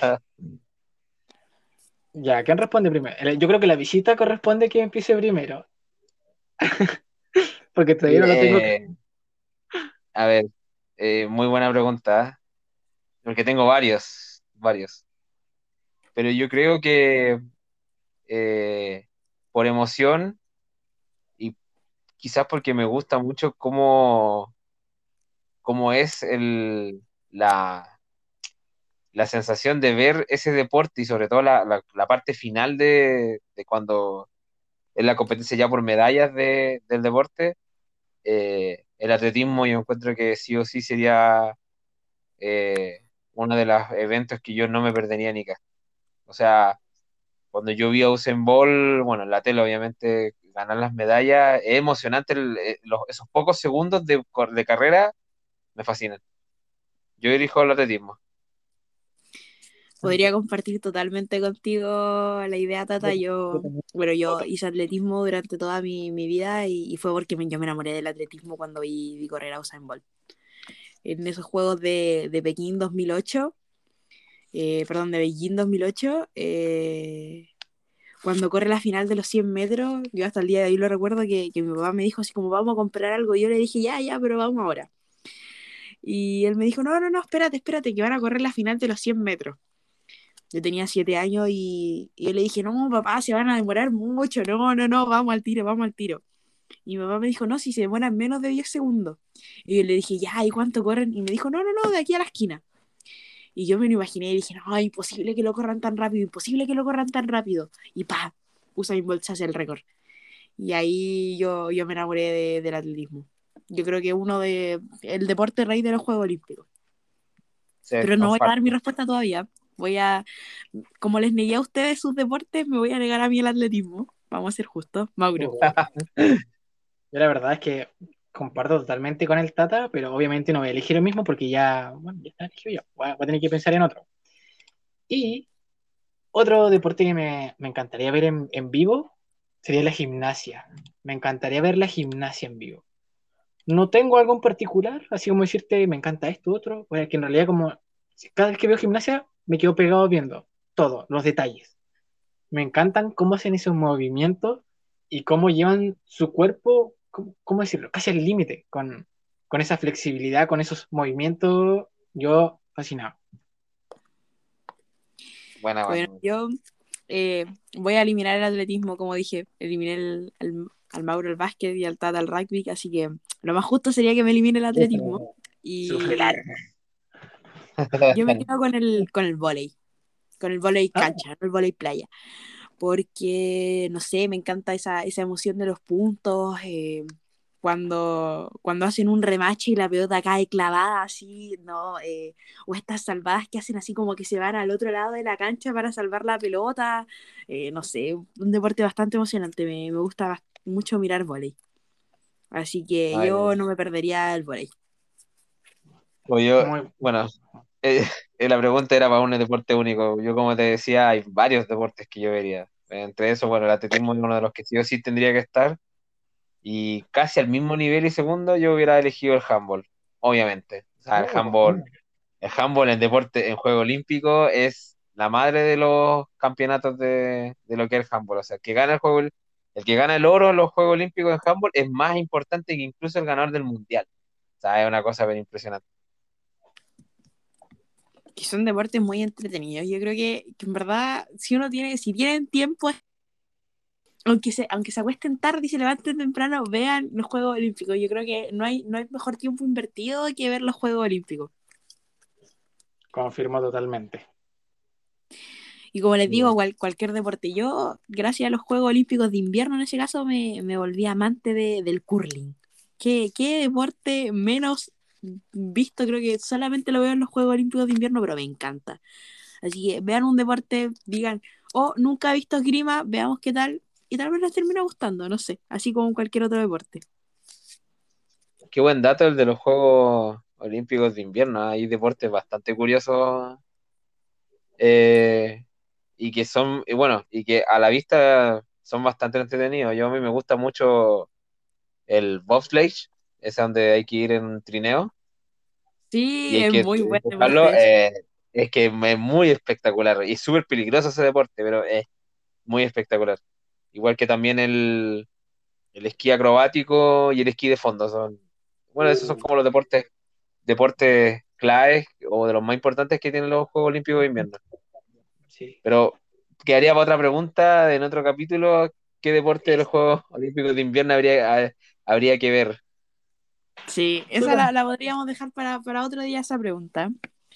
ya, ¿quién responde primero? El- Yo creo que la visita corresponde que empiece primero, porque todavía no lo tengo. Eh, a ver, eh, muy buena pregunta, ¿eh? Porque tengo varios, varios. Pero yo creo que eh, por emoción y quizás porque me gusta mucho cómo, cómo es el, la, la sensación de ver ese deporte y sobre todo la, la- la parte final de, de cuando es la competencia ya por medallas de- del deporte, eh, el atletismo yo encuentro que sí o sí sería eh, uno de los eventos que yo no me perdería ni ca- O sea, cuando yo vi a Usain Bolt, bueno, en la tele obviamente ganar las medallas, es emocionante, el- eh, los- esos pocos segundos de, cor- de carrera me fascinan. Yo dirijo el atletismo. Podría compartir totalmente contigo la idea, Yo Tata. yo Yo, también. bueno, yo hice atletismo durante toda mi, mi vida y, y fue porque me, yo me enamoré del atletismo cuando vi, vi correr a Usain Bolt. En esos Juegos de, de Pekín dos mil ocho, eh, perdón, de Beijing dos mil ocho, eh, cuando corre la final de los cien metros, yo hasta el día de hoy lo recuerdo que, que mi papá me dijo así como vamos a comprar algo, y yo le dije ya, ya, pero vamos ahora. Y él me dijo, no, no, no, espérate, espérate, que van a correr la final de los cien metros. Yo tenía siete años y, y yo le dije, no, papá, se van a demorar mucho, no, no, no, vamos al tiro, vamos al tiro. Y mi papá me dijo, no, si se demoran menos de diez segundos. Y yo le dije, ya, ¿y cuánto corren? Y me dijo, no, no, no, de aquí a la esquina. Y yo me lo imaginé y dije, no, imposible que lo corran tan rápido, imposible que lo corran tan rápido. Y pa, Usain Bolt se hace el récord. Y ahí yo, yo me enamoré de, del atletismo. Yo creo que uno de el deporte rey de los Juegos Olímpicos. Sí, Pero no voy a dar mi comparto. respuesta todavía. Voy a, como les negué a ustedes sus deportes, me voy a negar a mí el atletismo. Vamos a ser justos. Mauro. Uh, yo la verdad es que comparto totalmente con el Tata, pero obviamente no voy a elegir el mismo porque ya, bueno, ya está elegido yo. Voy a, voy a tener que pensar en otro. Y otro deporte que me, me encantaría ver en, en vivo sería la gimnasia. Me encantaría ver la gimnasia en vivo. No tengo algo en particular, así como decirte, me encanta esto, otro, pues que en realidad como si cada vez que veo gimnasia me quedo pegado viendo todo, los detalles. Me encantan cómo hacen esos movimientos y cómo llevan su cuerpo, cómo, cómo decirlo, casi al límite, con, con esa flexibilidad, con esos movimientos, yo fascinado. Buena, Bueno, buena. yo eh, voy a eliminar el atletismo, como dije. Eliminé el, al, al Mauro el básquet y al Tata el rugby, así que lo más justo sería que me elimine el atletismo. Eso, Y sufrir. yo me quedo con el, con el vóley, con el vóley Ah, cancha, no el vóley playa. Porque, no sé, me encanta esa, esa emoción de los puntos, eh, cuando, cuando hacen un remache y la pelota cae clavada así, ¿no? Eh, o estas salvadas que hacen así como que se van al otro lado de la cancha para salvar la pelota, eh, no sé, un deporte bastante emocionante, me, me gusta bast- mucho mirar vóley, así que Ay, yo ay. no me perdería el vóley. O yo, muy, bueno, eh, eh, la pregunta era para un deporte único. Yo, como te decía, hay varios deportes que yo vería. Entre eso, bueno, el atletismo es uno de los que sí o sí tendría que estar. Y casi al mismo nivel y segundo, yo hubiera elegido el handball, obviamente. O sea, el Oh, handball, bueno. el handball en deporte, en juego olímpico, es la madre de los campeonatos de, de lo que es el handball. O sea, el que gana el juego, el que gana el oro en los Juegos Olímpicos en handball es más importante que incluso el ganador del mundial. O sea, es una cosa bien impresionante. Que son deportes muy entretenidos. Yo creo que, que en verdad, si uno tiene, si tienen tiempo, aunque se, aunque se acuesten tarde y se levanten temprano, vean los Juegos Olímpicos. Yo creo que no hay, no hay mejor tiempo invertido que ver los Juegos Olímpicos. Confirmo totalmente. Y como les digo, Mm. cual, cualquier deporte. Yo, gracias a los Juegos Olímpicos de invierno, en ese caso, me, me volví amante de, del curling. ¿Qué, qué deporte menos visto? Creo que solamente lo veo en los Juegos Olímpicos de invierno, pero me encanta. Así que vean un deporte, digan, oh, nunca he visto esgrima, veamos qué tal, y tal vez les termine gustando, no sé, así como cualquier otro deporte. Qué buen dato el de los Juegos Olímpicos de invierno. Hay deportes bastante curiosos eh, y que son, y bueno, y que a la vista son bastante entretenidos. Yo a mí me gusta mucho el bobsleigh, es donde hay que ir en un trineo y Sí, hay es que muy buen empujarlo. deporte ese. Eh, es que es muy espectacular y súper peligroso ese deporte, pero es muy espectacular. Igual que también el, el esquí acrobático y el esquí de fondo. Son, bueno, esos son Uh, como los deportes, deportes claves o de los más importantes que tienen los Juegos Olímpicos de invierno. sí. Pero quedaría para otra pregunta en otro capítulo. ¿Qué deporte de los Juegos Olímpicos de invierno habría, a- habría que ver? Sí, esa Chuta. la, la podríamos dejar para, para otro día esa pregunta.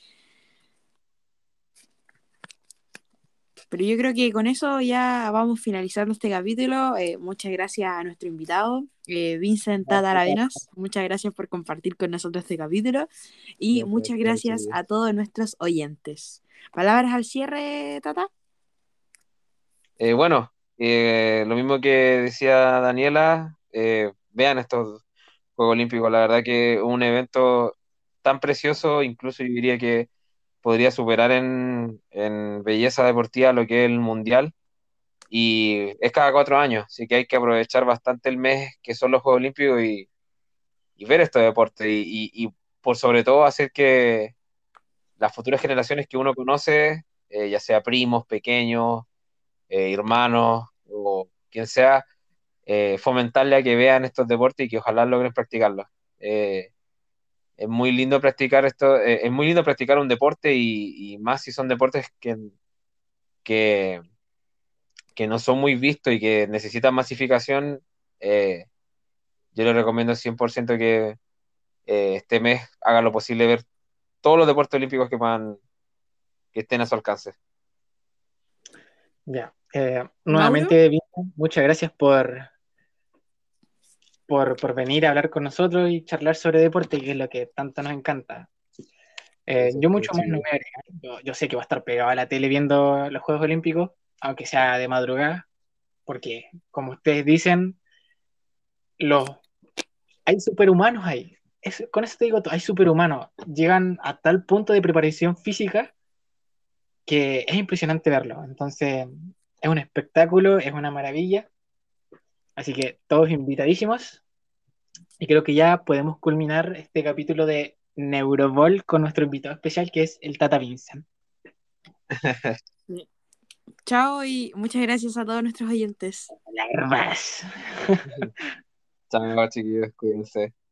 Pero yo creo que con eso ya vamos finalizando este capítulo. Eh, muchas gracias a nuestro invitado, eh, Vincent Tata Arenas. Muchas gracias por compartir con nosotros este capítulo. Y Gracias a muchas ustedes, gracias chiquillos. a todos nuestros oyentes. ¿Palabras al cierre, Tata? Eh, bueno, eh, lo mismo que decía Daniela, eh, vean estos Juegos Olímpicos. La verdad que un evento tan precioso, incluso yo diría que podría superar en, en belleza deportiva lo que es el Mundial. Y es cada cuatro años, así que hay que aprovechar bastante el mes que son los Juegos Olímpicos y, y ver estos deportes y, y- y por sobre todo hacer que las futuras generaciones que uno conoce, eh, ya sea primos, pequeños, eh, hermanos o quien sea, eh, fomentarle a que vean estos deportes y que ojalá logren practicarlos. Eh, es muy lindo practicar esto, eh, es muy lindo practicar un deporte y, y más si son deportes que, que, que no son muy vistos y que necesitan masificación. eh, yo les recomiendo cien por ciento que eh, este mes hagan lo posible ver todos los deportes olímpicos que puedan, que estén a su alcance. Ya. Eh, Mauro, nuevamente, Vincent, muchas gracias por, por, por venir a hablar con nosotros y charlar sobre deporte, que es lo que tanto nos encanta. Eh, Gracias a yo ustedes, mucho más no me chiquillos. voy a agregar. Yo, yo sé que va a estar pegado a la tele viendo los Juegos Olímpicos, aunque sea de madrugada, porque, como ustedes dicen, los, hay superhumanos ahí. Es- con eso te digo todo, hay superhumanos. Llegan a tal punto de preparación física que es impresionante verlo. Entonces, es un espectáculo, es una maravilla. Así que todos invitadísimos. Y creo que ya podemos culminar este capítulo de Neuroball con nuestro invitado especial, que es el Tata Vincent. chao y muchas gracias a todos nuestros oyentes. Larvas. Chao, chiquillos, cuídense.